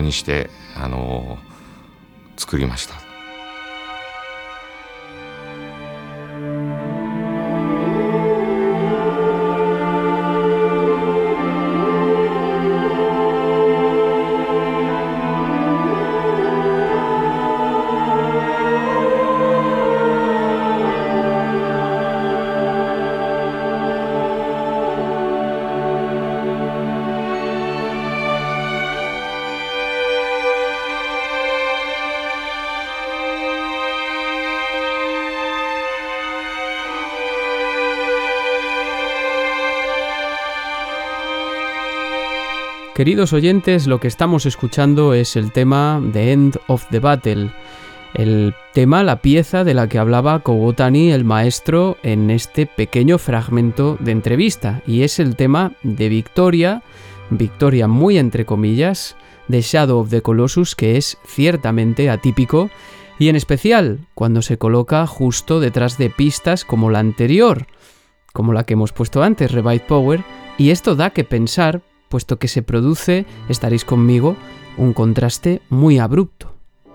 Queridos oyentes, lo que estamos escuchando es el tema The End of the Battle, el tema, la pieza de la que hablaba Kogo Otani, el maestro, en este pequeño fragmento de entrevista, y es el tema de Victoria muy entre comillas, de Shadow of the Colossus, que es ciertamente atípico, y en especial cuando se coloca justo detrás de pistas como la anterior, como la que hemos puesto antes, Revive Power, y esto da que pensar, puesto que se produce, estaréis conmigo, un contraste muy abrupto.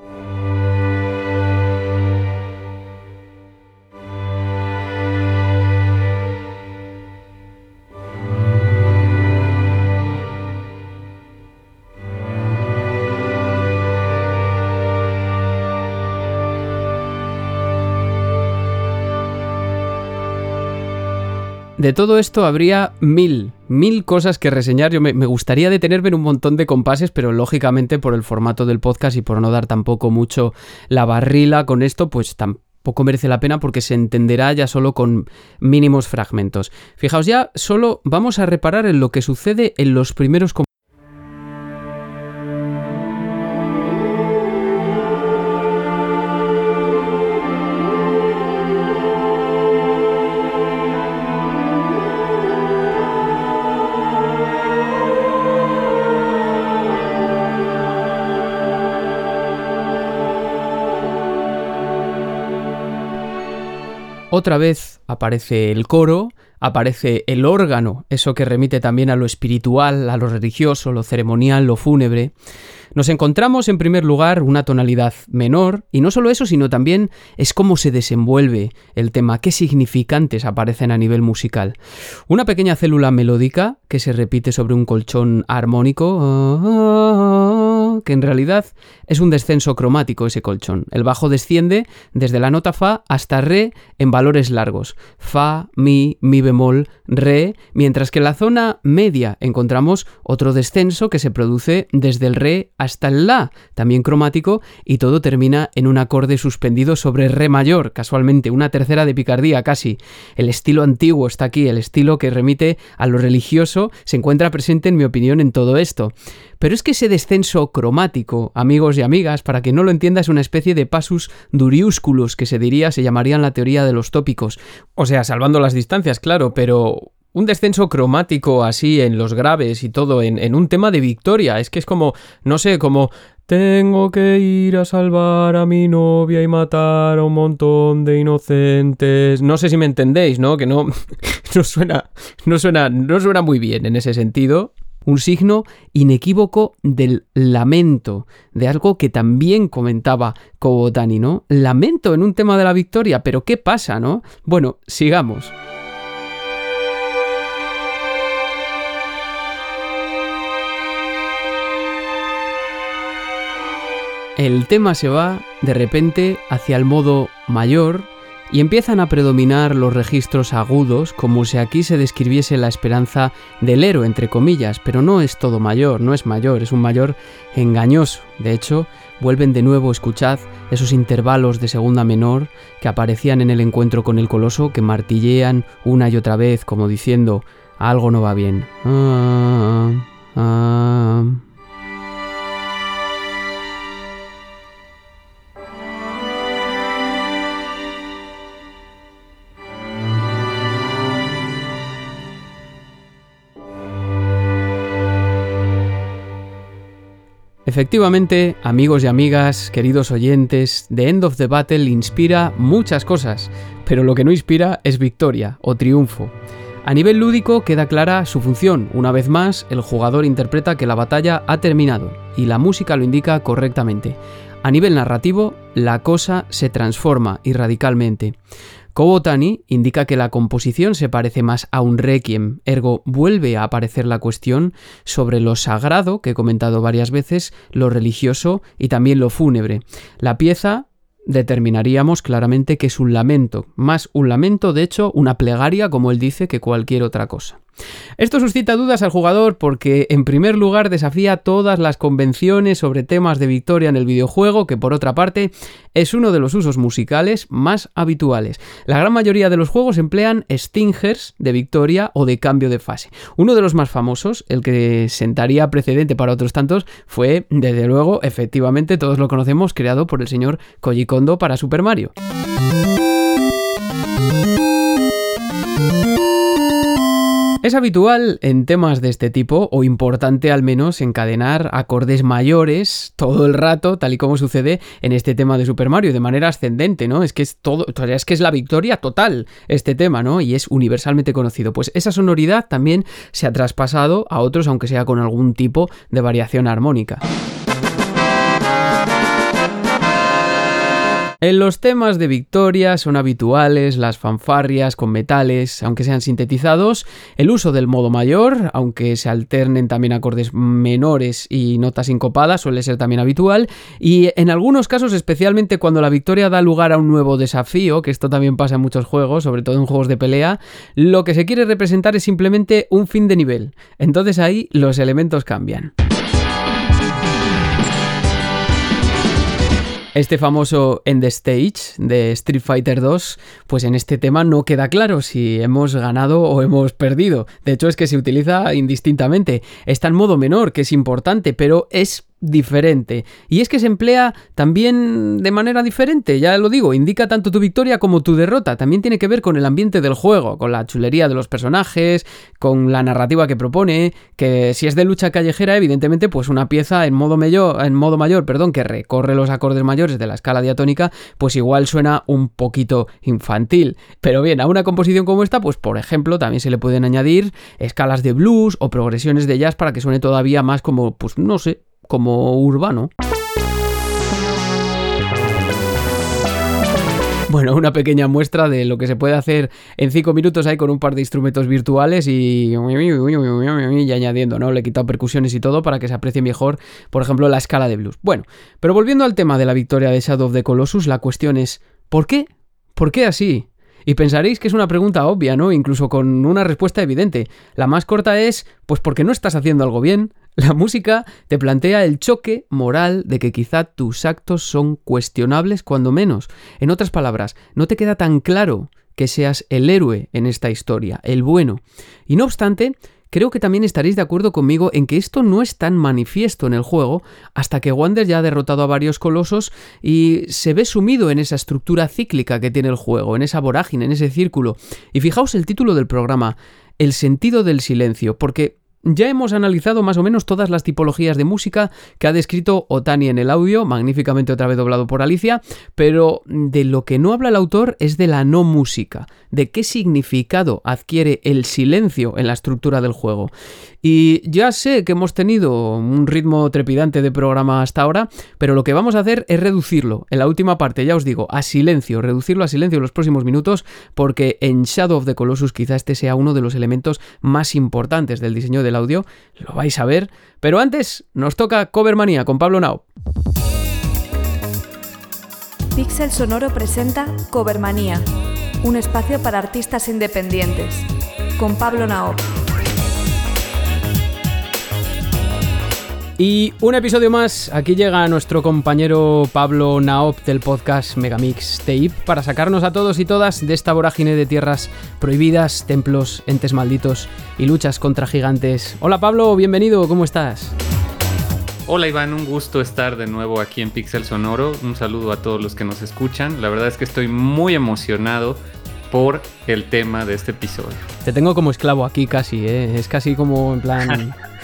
De todo esto habría mil cosas que reseñar. Yo me gustaría detenerme en un montón de compases, pero lógicamente por el formato del podcast y por no dar tampoco mucho la barrila con esto, pues tampoco merece la pena porque se entenderá ya solo con mínimos fragmentos. Fijaos, ya solo vamos a reparar en lo que sucede en los primeros compases. Otra vez aparece el coro, aparece el órgano, eso que remite también a lo espiritual, a lo religioso, lo ceremonial, lo fúnebre. Nos encontramos en primer lugar una tonalidad menor, y no solo eso, sino también es cómo se desenvuelve el tema, qué significantes aparecen a nivel musical. Una pequeña célula melódica que se repite sobre un colchón armónico, que en realidad es un descenso cromático ese colchón. El bajo desciende desde la nota fa hasta re en valores largos. Fa, mi bemol, re, mientras que en la zona media encontramos otro descenso que se produce desde el re hasta el la, también cromático, y todo termina en un acorde suspendido sobre re mayor, casualmente, una tercera de picardía casi. El estilo antiguo está aquí, el estilo que remite a lo religioso se encuentra presente, en mi opinión, en todo esto. Pero es que ese descenso cromático, amigos y amigas, para que no lo entienda, es una especie de passus duriusculus, que se llamaría en la teoría de los tópicos. O sea, salvando las distancias, claro, pero un descenso cromático así en los graves y todo, en un tema de victoria. Es que es como, no sé, como tengo que ir a salvar a mi novia y matar a un montón de inocentes. No sé si me entendéis, ¿no? Que no suena muy bien en ese sentido. Un signo inequívoco del lamento, de algo que también comentaba Kogo Otani, ¿no? Lamento en un tema de la victoria, pero ¿qué pasa, no? Bueno, sigamos. El tema se va, de repente, hacia el modo mayor, y empiezan a predominar los registros agudos, como si aquí se describiese la esperanza del héroe, entre comillas, pero no es todo mayor, no es mayor, es un mayor engañoso. De hecho, vuelven de nuevo, escuchad, esos intervalos de segunda menor que aparecían en el encuentro con el coloso, que martillean una y otra vez, como diciendo, algo no va bien. Efectivamente, amigos y amigas, queridos oyentes, The End of the Battle inspira muchas cosas, pero lo que no inspira es victoria o triunfo. A nivel lúdico queda clara su función. Una vez más, el jugador interpreta que la batalla ha terminado y la música lo indica correctamente. A nivel narrativo, la cosa se transforma y radicalmente. Kobo Tani indica que la composición se parece más a un requiem, ergo vuelve a aparecer la cuestión sobre lo sagrado, que he comentado varias veces, lo religioso y también lo fúnebre. La pieza determinaríamos claramente que es un lamento, más un lamento, de hecho, una plegaria, como él dice, que cualquier otra cosa. Esto suscita dudas al jugador porque, en primer lugar, desafía todas las convenciones sobre temas de victoria en el videojuego, que por otra parte es uno de los usos musicales más habituales. La gran mayoría de los juegos emplean stingers de victoria o de cambio de fase. Uno de los más famosos, el que sentaría precedente para otros tantos, fue, desde luego, efectivamente, todos lo conocemos, creado por el señor Koji Kondo para Super Mario. Es habitual en temas de este tipo, o importante al menos, encadenar acordes mayores todo el rato, tal y como sucede en este tema de Super Mario, de manera ascendente, ¿no? Es que es la victoria total este tema, ¿no? Y es universalmente conocido. Pues esa sonoridad también se ha traspasado a otros, aunque sea con algún tipo de variación armónica. En los temas de victoria son habituales las fanfarrias con metales, aunque sean sintetizados, el uso del modo mayor, aunque se alternen también acordes menores y notas sincopadas, suele ser también habitual, y en algunos casos, especialmente cuando la victoria da lugar a un nuevo desafío, que esto también pasa en muchos juegos, sobre todo en juegos de pelea, lo que se quiere representar es simplemente un fin de nivel. Entonces ahí los elementos cambian. Este famoso End Stage de Street Fighter 2, pues en este tema no queda claro si hemos ganado o hemos perdido. De hecho es que se utiliza indistintamente. Está en modo menor, que es importante, pero es diferente. Y es que se emplea también de manera diferente, ya lo digo, indica tanto tu victoria como tu derrota. También tiene que ver con el ambiente del juego, con la chulería de los personajes, con la narrativa que propone, que si es de lucha callejera, evidentemente, pues una pieza en modo mayor, que recorre los acordes mayores de la escala diatónica, pues igual suena un poquito infantil. Pero bien, a una composición como esta, pues por ejemplo, también se le pueden añadir escalas de blues o progresiones de jazz para que suene todavía más como, pues no sé, como urbano. Bueno, una pequeña muestra de lo que se puede hacer en 5 minutos ahí con un par de instrumentos virtuales y añadiendo, ¿no? Le he quitado percusiones y todo para que se aprecie mejor, por ejemplo, la escala de blues. Bueno, pero volviendo al tema de la victoria de Shadow of the Colossus, la cuestión es ¿por qué? ¿Por qué así? Y pensaréis que es una pregunta obvia, ¿no? Incluso con una respuesta evidente. La más corta es, pues porque no estás haciendo algo bien. La música te plantea el choque moral de que quizá tus actos son cuestionables cuando menos. En otras palabras, no te queda tan claro que seas el héroe en esta historia, el bueno. Y no obstante, creo que también estaréis de acuerdo conmigo en que esto no es tan manifiesto en el juego hasta que Wander ya ha derrotado a varios colosos y se ve sumido en esa estructura cíclica que tiene el juego, en esa vorágine, en ese círculo. Y fijaos el título del programa, El sentido del silencio, porque ya hemos analizado más o menos todas las tipologías de música que ha descrito Otani en el audio, magníficamente otra vez doblado por Alicia, pero de lo que no habla el autor es de la no música, de qué significado adquiere el silencio en la estructura del juego. Y ya sé que hemos tenido un ritmo trepidante de programa hasta ahora, pero lo que vamos a hacer es reducirlo, en la última parte, ya os digo, a silencio, reducirlo a silencio en los próximos minutos, porque en Shadow of the Colossus quizá este sea uno de los elementos más importantes del diseño del audio, lo vais a ver, pero antes nos toca Covermanía con Pablo Naop. Pixel Sonoro presenta Covermanía, un espacio para artistas independientes, con Pablo Naop. Y un episodio más, aquí llega nuestro compañero Pablo Naop del podcast Megamix Tape para sacarnos a todos y todas de esta vorágine de tierras prohibidas, templos, entes malditos y luchas contra gigantes. Hola Pablo, bienvenido, ¿cómo estás? Hola Iván, un gusto estar de nuevo aquí en Pixel Sonoro, un saludo a todos los que nos escuchan, la verdad es que estoy muy emocionado por el tema de este episodio. Te tengo como esclavo aquí casi, es casi como en plan...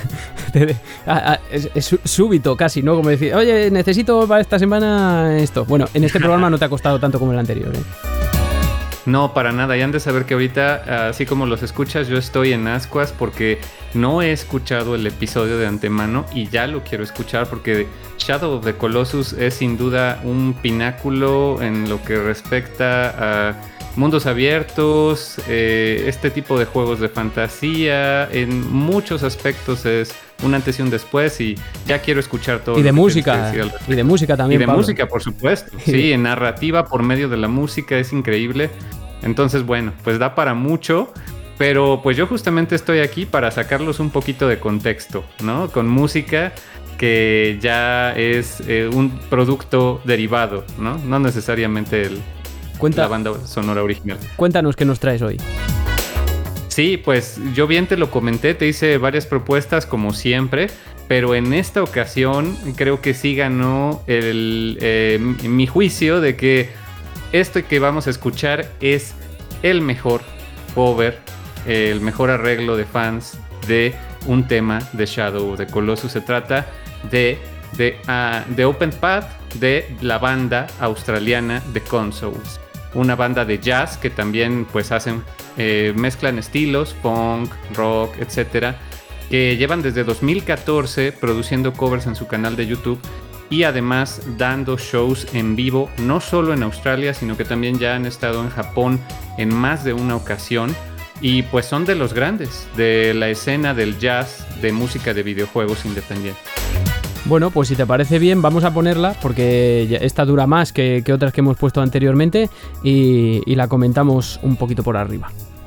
Es súbito casi, ¿no? Como decir, oye, necesito para esta semana esto. Bueno, en este programa no te ha costado tanto como el anterior, ¿eh? No, para nada. Y han de saber que ahorita, así como los escuchas, yo estoy en ascuas porque no he escuchado el episodio de antemano y ya lo quiero escuchar porque Shadow of the Colossus es sin duda un pináculo en lo que respecta a mundos abiertos, este tipo de juegos de fantasía. En muchos aspectos es un antes y un después y ya quiero escuchar todo. Y de música, y de música también, y de Pablo. Música, por supuesto. Sí, en narrativa por medio de la música es increíble. Entonces, bueno, pues da para mucho, pero pues yo justamente estoy aquí para sacarlos un poquito de contexto, ¿no? Con música que ya es un producto derivado, ¿no? No necesariamente la banda sonora original. Cuéntanos qué nos traes hoy. Sí, pues yo bien te lo comenté, te hice varias propuestas como siempre, pero en esta ocasión creo que sí ganó mi juicio de que esto que vamos a escuchar es el mejor cover, el mejor arreglo de fans de un tema de Shadow of the Colossus. Se trata de Open Path, de la banda australiana The Consoles, una banda de jazz que también pues mezclan estilos, punk, rock, etcétera, que llevan desde 2014 produciendo covers en su canal de YouTube y además dando shows en vivo, no solo en Australia, sino que también ya han estado en Japón en más de una ocasión. Y pues son de los grandes de la escena del jazz de música de videojuegos independiente. Bueno, pues si te parece bien, vamos a ponerla, porque esta dura más que otras que hemos puesto anteriormente y la comentamos un poquito por arriba.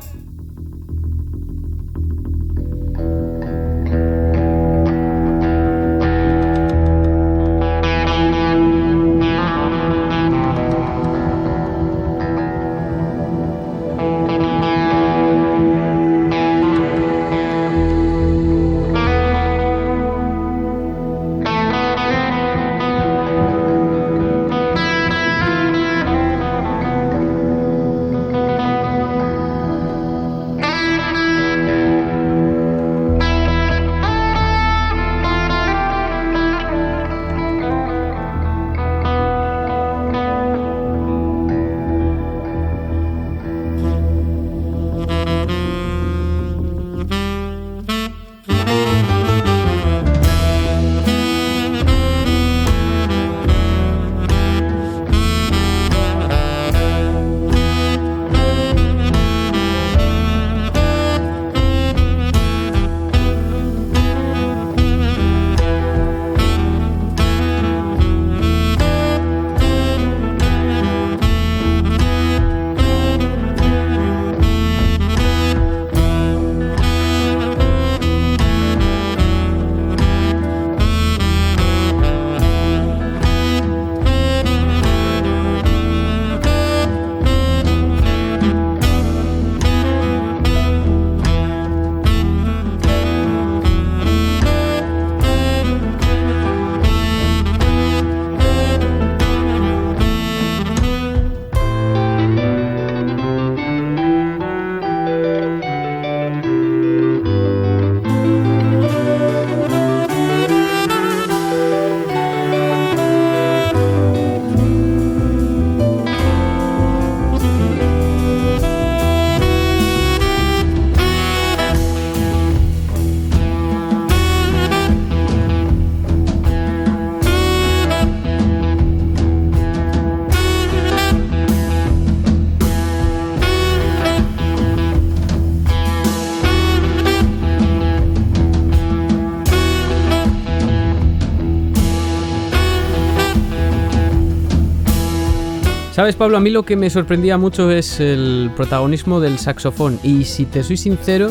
¿Sabes, Pablo? A mí lo que me sorprendía mucho es el protagonismo del saxofón. Y si te soy sincero,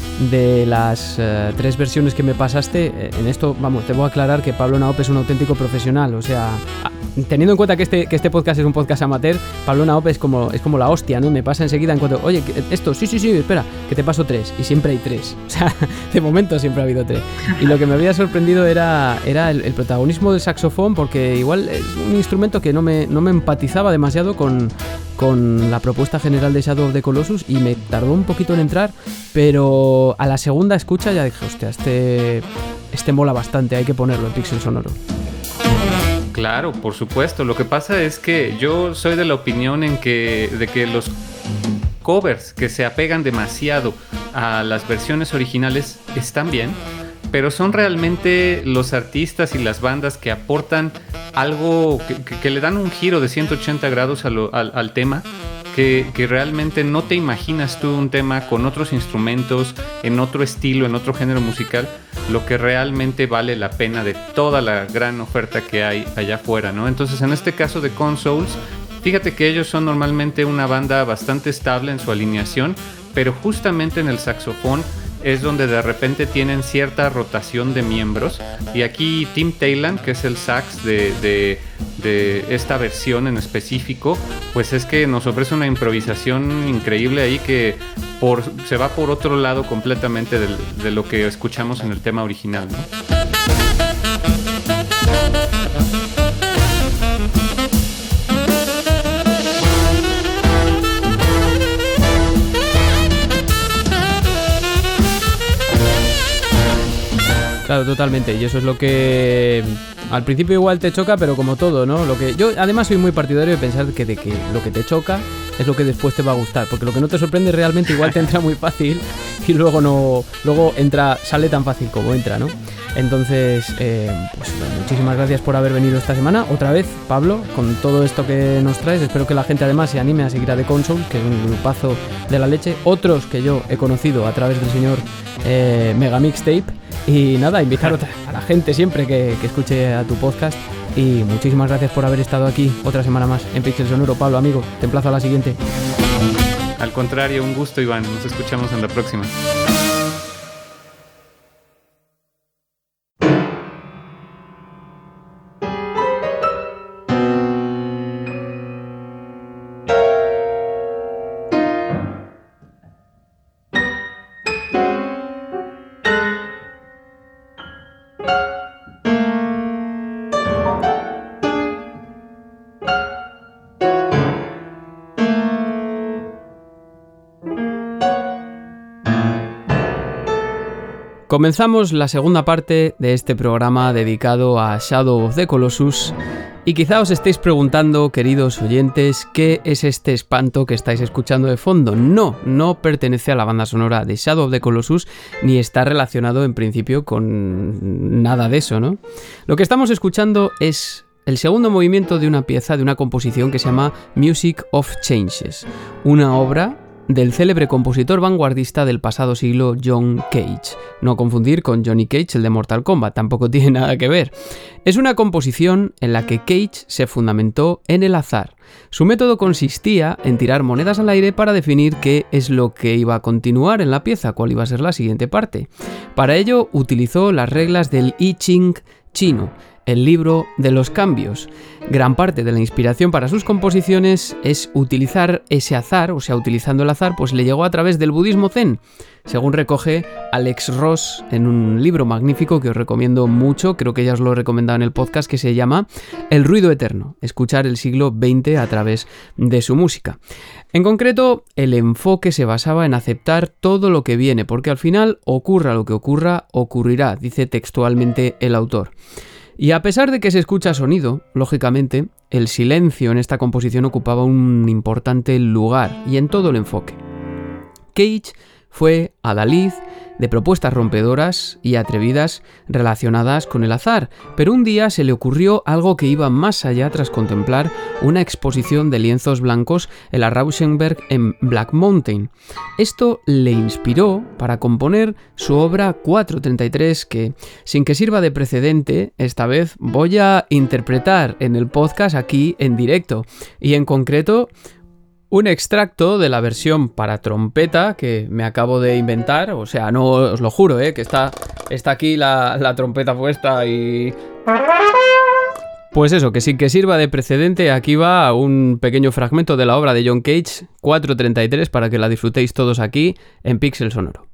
de las 3 versiones que me pasaste, en esto, vamos, te voy a aclarar que Pablo Naop es un auténtico profesional. O sea, teniendo en cuenta que este podcast es un podcast amateur, Pablo Naop es como la hostia, ¿no? Me pasa enseguida en cuanto, oye, esto, sí, espera, que te paso 3, y siempre hay 3. O sea, de momento siempre ha habido 3. Y lo que me había sorprendido era el protagonismo del saxofón, porque igual es un instrumento que no me empatizaba demasiado con la propuesta general de Shadow of the Colossus, y me tardó un poquito en entrar, pero a la segunda escucha ya dije, hostia, este mola bastante, hay que ponerlo en Pixel Sonoro. Claro, por supuesto. Lo que pasa es que yo soy de la opinión de que los covers que se apegan demasiado a las versiones originales están bien, pero son realmente los artistas y las bandas que aportan algo que le dan un giro de 180 grados al tema, que realmente no te imaginas tú un tema con otros instrumentos, en otro estilo, en otro género musical, lo que realmente vale la pena de toda la gran oferta que hay allá afuera, ¿no? Entonces, en este caso de Consoles, fíjate que ellos son normalmente una banda bastante estable en su alineación, pero justamente en el saxofón es donde de repente tienen cierta rotación de miembros, y aquí Tim Taylan, que es el sax de esta versión en específico, pues es que nos ofrece una improvisación increíble ahí que se va por otro lado completamente de lo que escuchamos en el tema original, ¿no? Claro, totalmente, y eso es lo que al principio igual te choca, pero como todo, ¿no? Yo además soy muy partidario de pensar que lo que te choca es lo que después te va a gustar, porque lo que no te sorprende realmente igual te entra muy fácil y luego sale tan fácil como entra, ¿no? Entonces, pues muchísimas gracias por haber venido esta semana. Otra vez, Pablo, con todo esto que nos traes. Espero que la gente además se anime a seguir a The Console, que es un grupazo de la leche. Otros que yo he conocido a través del señor Mega Mixtape. Y nada, invitar a la gente siempre que escuche a tu podcast. Y muchísimas gracias por haber estado aquí otra semana más en Pixel Sonoro. Pablo, amigo, te emplazo a la siguiente. Al contrario, un gusto, Iván. Nos escuchamos en la próxima. Comenzamos la segunda parte de este programa dedicado a Shadow of the Colossus, y quizá os estéis preguntando, queridos oyentes, ¿qué es este espanto que estáis escuchando de fondo? No pertenece a la banda sonora de Shadow of the Colossus, ni está relacionado en principio con nada de eso, ¿no? Lo que estamos escuchando es el segundo movimiento de una pieza, de una composición que se llama Music of Changes, una obra del célebre compositor vanguardista del pasado siglo John Cage. No confundir con Johnny Cage, el de Mortal Kombat, tampoco tiene nada que ver. Es una composición en la que Cage se fundamentó en el azar. Su método consistía en tirar monedas al aire para definir qué es lo que iba a continuar en la pieza, cuál iba a ser la siguiente parte. Para ello utilizó las reglas del I Ching chino, el libro de los cambios. Gran parte de la inspiración para sus composiciones es utilizar ese azar, o sea, utilizando el azar, pues le llegó a través del budismo zen, según recoge Alex Ross en un libro magnífico que os recomiendo mucho, creo que ya os lo he recomendado en el podcast, que se llama El ruido eterno, escuchar el siglo XX a través de su música. En concreto, el enfoque se basaba en aceptar todo lo que viene, porque al final, ocurra lo que ocurra, ocurrirá, dice textualmente el autor. Y a pesar de que se escucha sonido, lógicamente, el silencio en esta composición ocupaba un importante lugar y en todo el enfoque. Cage fue adalid de propuestas rompedoras y atrevidas relacionadas con el azar, pero un día se le ocurrió algo que iba más allá tras contemplar una exposición de lienzos blancos en la Rauschenberg en Black Mountain. Esto le inspiró para componer su obra 433 que, sin que sirva de precedente, esta vez voy a interpretar en el podcast aquí en directo, y en concreto un extracto de la versión para trompeta que me acabo de inventar, o sea, no os lo juro, que está aquí la trompeta puesta y... Pues eso, que sin que sirva de precedente, aquí va un pequeño fragmento de la obra de John Cage, 4:33, para que la disfrutéis todos aquí en Pixel Sonoro.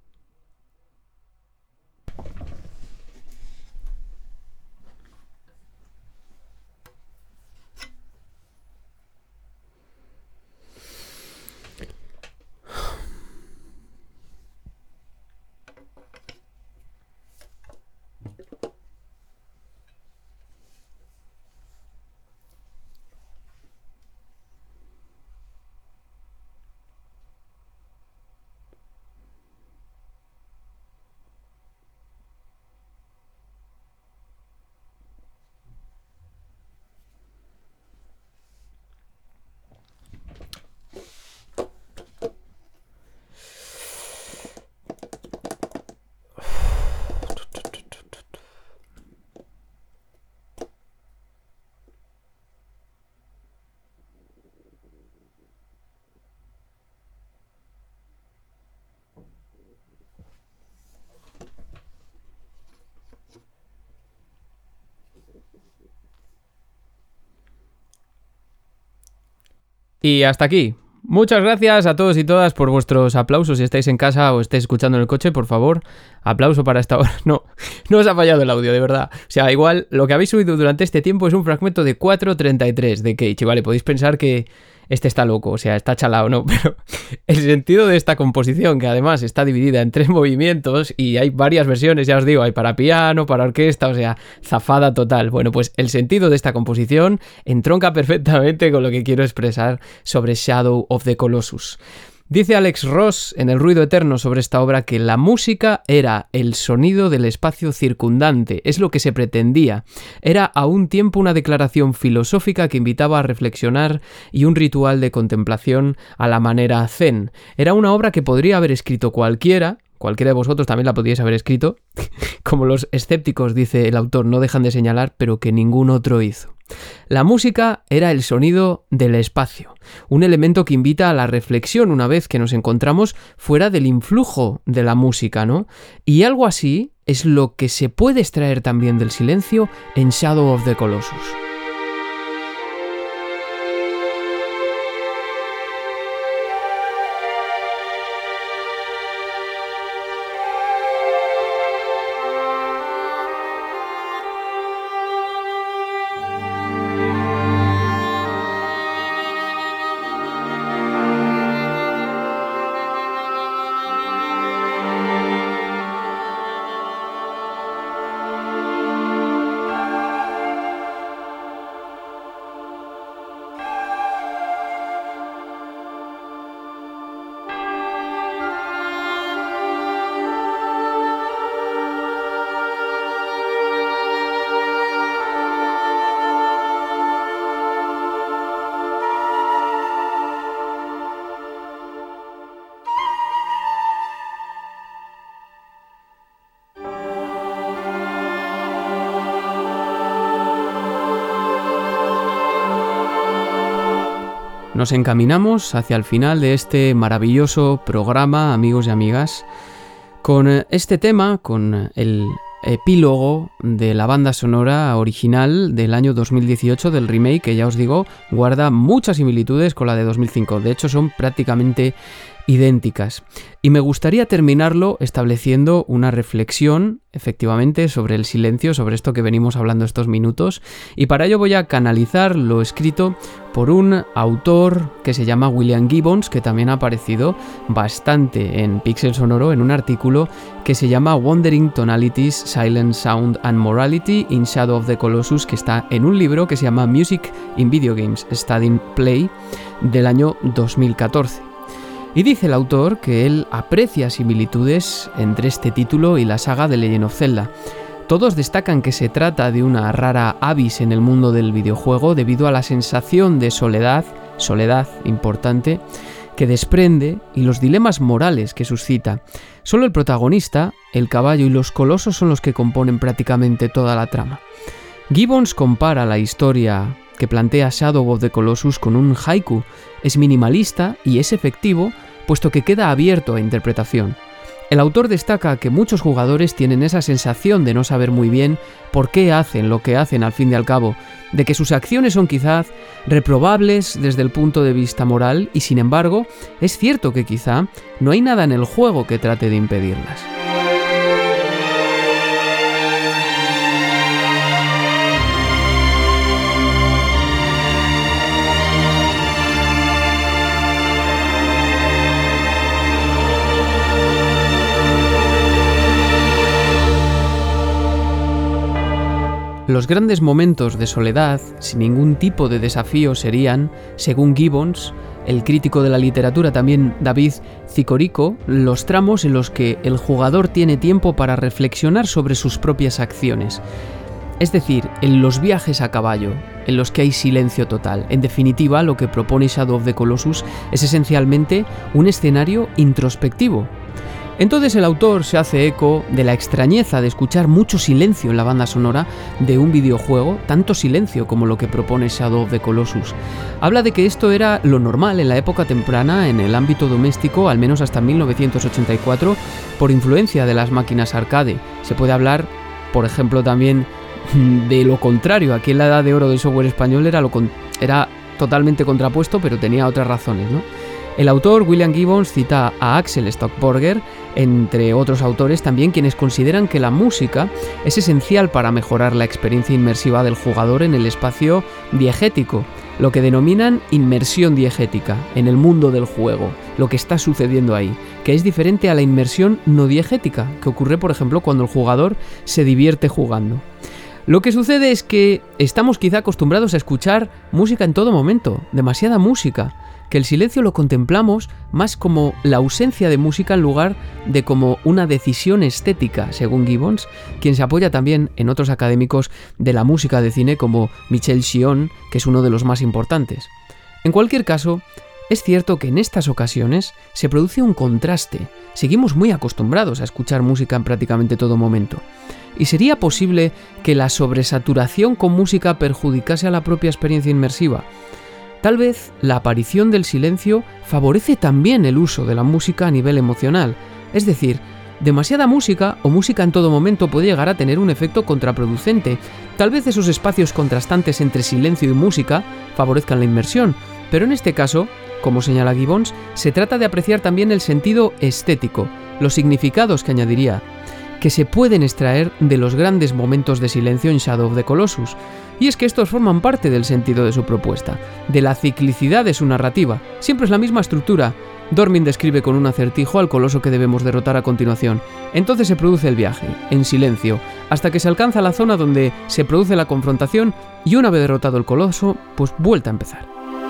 Y hasta aquí. Muchas gracias a todos y todas por vuestros aplausos. Si estáis en casa o estáis escuchando en el coche, por favor, aplauso para esta hora. No os ha fallado el audio, de verdad. O sea, igual lo que habéis oído durante este tiempo es un fragmento de 4:33 de Cage. Vale, podéis pensar que este está loco, o sea, está chalado, ¿no? Pero el sentido de esta composición, que además está dividida en 3 movimientos y hay varias versiones, ya os digo, hay para piano, para orquesta, o sea, zafada total. Bueno, pues el sentido de esta composición entronca perfectamente con lo que quiero expresar sobre Shadow of the Colossus. Dice Alex Ross en El ruido eterno sobre esta obra que la música era el sonido del espacio circundante, es lo que se pretendía. Era a un tiempo una declaración filosófica que invitaba a reflexionar y un ritual de contemplación a la manera zen. Era una obra que podría haber escrito cualquiera de vosotros también la podríais haber escrito, como los escépticos, dice el autor, no dejan de señalar, pero que ningún otro hizo. La música era el sonido del espacio, un elemento que invita a la reflexión una vez que nos encontramos fuera del influjo de la música, ¿no? Y algo así es lo que se puede extraer también del silencio en Shadow of the Colossus. Nos encaminamos hacia el final de este maravilloso programa, amigos y amigas, con este tema, con el epílogo de la banda sonora original del año 2018 del remake, que ya os digo, guarda muchas similitudes con la de 2005. De hecho, son prácticamente idénticas. Y me gustaría terminarlo estableciendo una reflexión, efectivamente, sobre el silencio, sobre esto que venimos hablando estos minutos, y para ello voy a canalizar lo escrito por un autor que se llama William Gibbons, que también ha aparecido bastante en Pixel Sonoro en un artículo que se llama Wandering Tonalities, Silence, Sound and Morality in Shadow of the Colossus, que está en un libro que se llama Music in Video Games, Studying Play, del año 2014. Y dice el autor que él aprecia similitudes entre este título y la saga de Legend of Zelda. Todos destacan que se trata de una rara avis en el mundo del videojuego debido a la sensación de soledad importante, que desprende y los dilemas morales que suscita. Solo el protagonista, el caballo y los colosos son los que componen prácticamente toda la trama. Gibbons compara la historia que plantea Shadow of the Colossus con un haiku. Es minimalista y es efectivo, puesto que queda abierto a interpretación. El autor destaca que muchos jugadores tienen esa sensación de no saber muy bien por qué hacen lo que hacen al fin y al cabo, de que sus acciones son quizás reprobables desde el punto de vista moral y sin embargo es cierto que quizá no hay nada en el juego que trate de impedirlas. Los grandes momentos de soledad, sin ningún tipo de desafío, serían, según Gibbons, el crítico de la literatura también David Cicorico, los tramos en los que el jugador tiene tiempo para reflexionar sobre sus propias acciones. Es decir, en los viajes a caballo, en los que hay silencio total. En definitiva, lo que propone Shadow of the Colossus es esencialmente un escenario introspectivo. Entonces el autor se hace eco de la extrañeza de escuchar mucho silencio en la banda sonora de un videojuego, tanto silencio como lo que propone Shadow of the Colossus. Habla de que esto era lo normal en la época temprana en el ámbito doméstico, al menos hasta 1984, por influencia de las máquinas arcade. Se puede hablar, por ejemplo, también de lo contrario. Aquí en la edad de oro del software español era totalmente contrapuesto, pero tenía otras razones, ¿no? El autor William Gibbons cita a Axel Stockburger, entre otros autores también, quienes consideran que la música es esencial para mejorar la experiencia inmersiva del jugador en el espacio diegético, lo que denominan inmersión diegética, en el mundo del juego, lo que está sucediendo ahí, que es diferente a la inmersión no diegética, que ocurre, por ejemplo, cuando el jugador se divierte jugando. Lo que sucede es que estamos quizá acostumbrados a escuchar música en todo momento, demasiada música, que el silencio lo contemplamos más como la ausencia de música en lugar de como una decisión estética, según Gibbons, quien se apoya también en otros académicos de la música de cine como Michel Chion, que es uno de los más importantes. En cualquier caso, es cierto que en estas ocasiones se produce un contraste. Seguimos muy acostumbrados a escuchar música en prácticamente todo momento. ¿Y sería posible que la sobresaturación con música perjudicase a la propia experiencia inmersiva? Tal vez la aparición del silencio favorece también el uso de la música a nivel emocional. Es decir, demasiada música o música en todo momento puede llegar a tener un efecto contraproducente. Tal vez esos espacios contrastantes entre silencio y música favorezcan la inmersión, pero en este caso, como señala Gibbons, se trata de apreciar también el sentido estético, los significados que añadiría, que se pueden extraer de los grandes momentos de silencio en Shadow of the Colossus. Y es que estos forman parte del sentido de su propuesta, de la ciclicidad de su narrativa. Siempre es la misma estructura. Dormin describe con un acertijo al coloso que debemos derrotar a continuación. Entonces se produce el viaje, en silencio, hasta que se alcanza la zona donde se produce la confrontación y una vez derrotado el coloso, pues vuelta a empezar.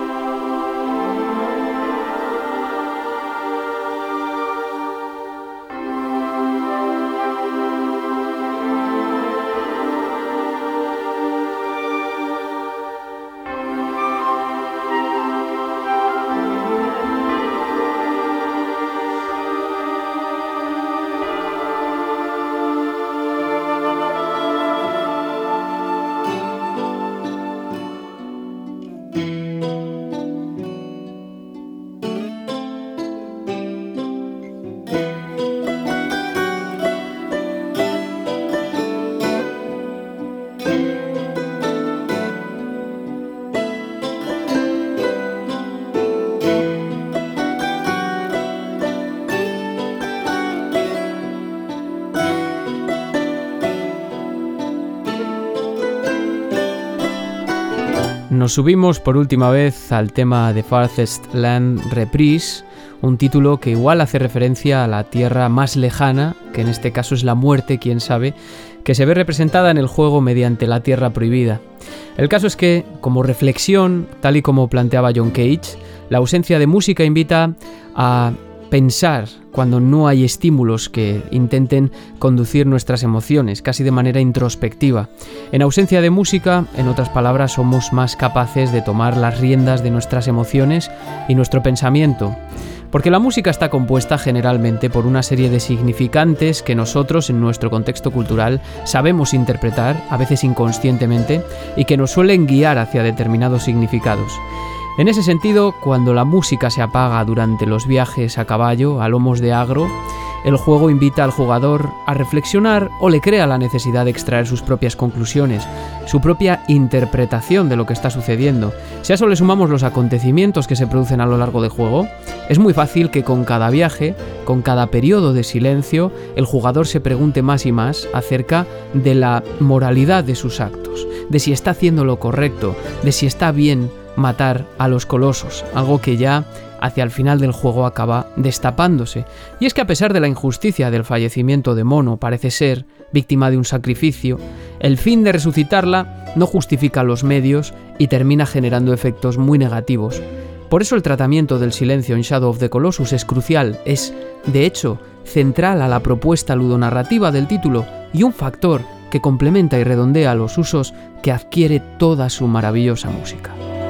Nos subimos por última vez al tema de Farthest Land Reprise, un título que igual hace referencia a la tierra más lejana, que en este caso es la muerte, quién sabe, que se ve representada en el juego mediante la tierra prohibida. El caso es que, como reflexión, tal y como planteaba John Cage, la ausencia de música invita a pensar cuando no hay estímulos que intenten conducir nuestras emociones, casi de manera introspectiva. En ausencia de música, en otras palabras, somos más capaces de tomar las riendas de nuestras emociones y nuestro pensamiento. Porque la música está compuesta generalmente por una serie de significantes que nosotros, en nuestro contexto cultural, sabemos interpretar, a veces inconscientemente, y que nos suelen guiar hacia determinados significados. En ese sentido, cuando la música se apaga durante los viajes a caballo, a lomos de agro, el juego invita al jugador a reflexionar o le crea la necesidad de extraer sus propias conclusiones, su propia interpretación de lo que está sucediendo. Si a eso le sumamos los acontecimientos que se producen a lo largo del juego, es muy fácil que con cada viaje, con cada periodo de silencio, el jugador se pregunte más y más acerca de la moralidad de sus actos, de si está haciendo lo correcto, de si está bien matar a los colosos, algo que ya hacia el final del juego acaba destapándose. Y es que a pesar de la injusticia del fallecimiento de Mono, parece ser víctima de un sacrificio, el fin de resucitarla no justifica los medios y termina generando efectos muy negativos. Por eso el tratamiento del silencio en Shadow of the Colossus es crucial, es, de hecho, central a la propuesta ludonarrativa del título y un factor que complementa y redondea los usos que adquiere toda su maravillosa música.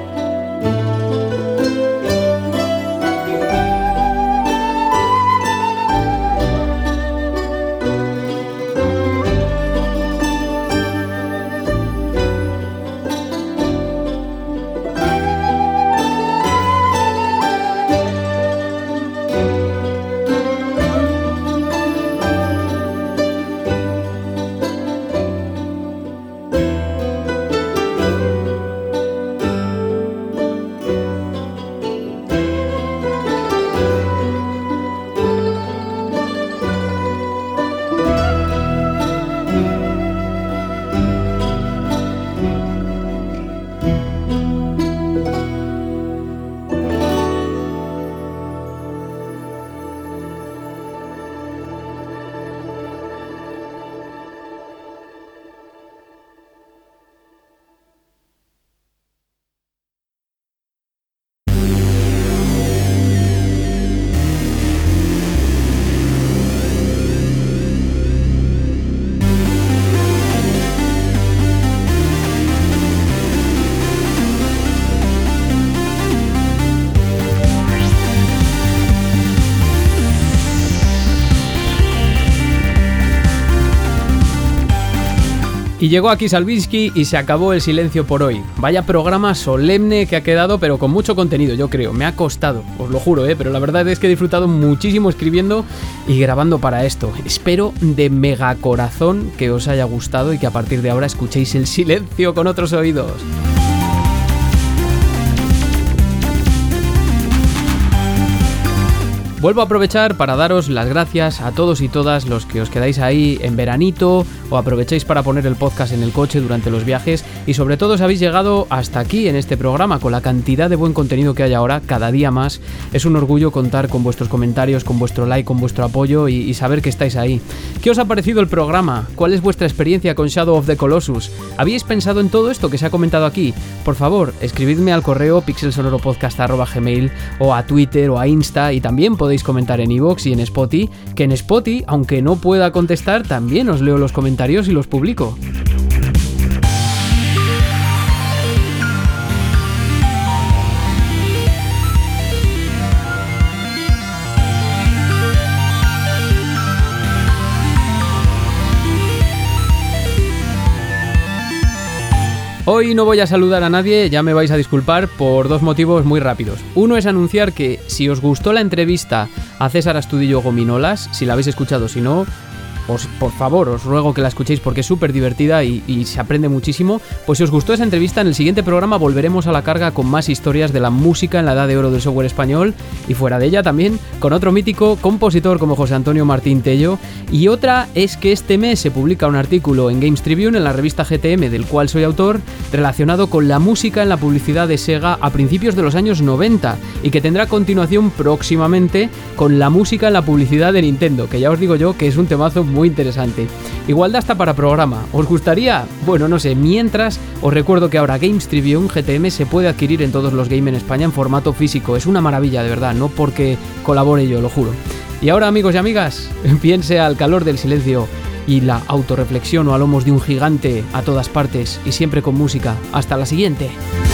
Y llegó aquí Salvinsky y se acabó el silencio por hoy. Vaya programa solemne que ha quedado, pero con mucho contenido, yo creo. Me ha costado, os lo juro, pero la verdad es que he disfrutado muchísimo escribiendo y grabando para esto. Espero de mega corazón que os haya gustado y que a partir de ahora escuchéis el silencio con otros oídos. Vuelvo a aprovechar para daros las gracias a todos y todas los que os quedáis ahí en veranito o aprovecháis para poner el podcast en el coche durante los viajes y sobre todo os habéis llegado hasta aquí en este programa con la cantidad de buen contenido que hay ahora, cada día más. Es un orgullo contar con vuestros comentarios, con vuestro like, con vuestro apoyo y saber que estáis ahí. ¿Qué os ha parecido el programa? ¿Cuál es vuestra experiencia con Shadow of the Colossus? ¿Habéis pensado en todo esto que se ha comentado aquí? Por favor, escribidme al correo pixelsonoropodcast@gmail o a Twitter o a Insta y también podéis comentar en iVoox y en Spotify, que en Spotify, aunque no pueda contestar, también os leo los comentarios y los publico. Hoy no voy a saludar a nadie, ya me vais a disculpar por dos motivos muy rápidos. Uno es anunciar que si os gustó la entrevista a César Astudillo Gominolas, si la habéis escuchado, si no, por favor, os ruego que la escuchéis porque es súper divertida y se aprende muchísimo. Pues si os gustó esa entrevista, en el siguiente programa volveremos a la carga con más historias de la música en la edad de oro del software español y fuera de ella también con otro mítico compositor como José Antonio Martín Tello. Y otra es que este mes se publica un artículo en Games Tribune, en la revista GTM, del cual soy autor, relacionado con la música en la publicidad de Sega a principios de los años 90 y que tendrá continuación próximamente con la música en la publicidad de Nintendo, que ya os digo yo que es un temazo muy interesante. Igual da hasta para programa. ¿Os gustaría? Bueno, no sé. Mientras, os recuerdo que ahora Games Tribune GTM se puede adquirir en todos los Game en España en formato físico. Es una maravilla, de verdad, no porque colabore yo, lo juro. Y ahora, amigos y amigas, piense al calor del silencio y la autorreflexión o a lomos de un gigante a todas partes y siempre con música. Hasta la siguiente.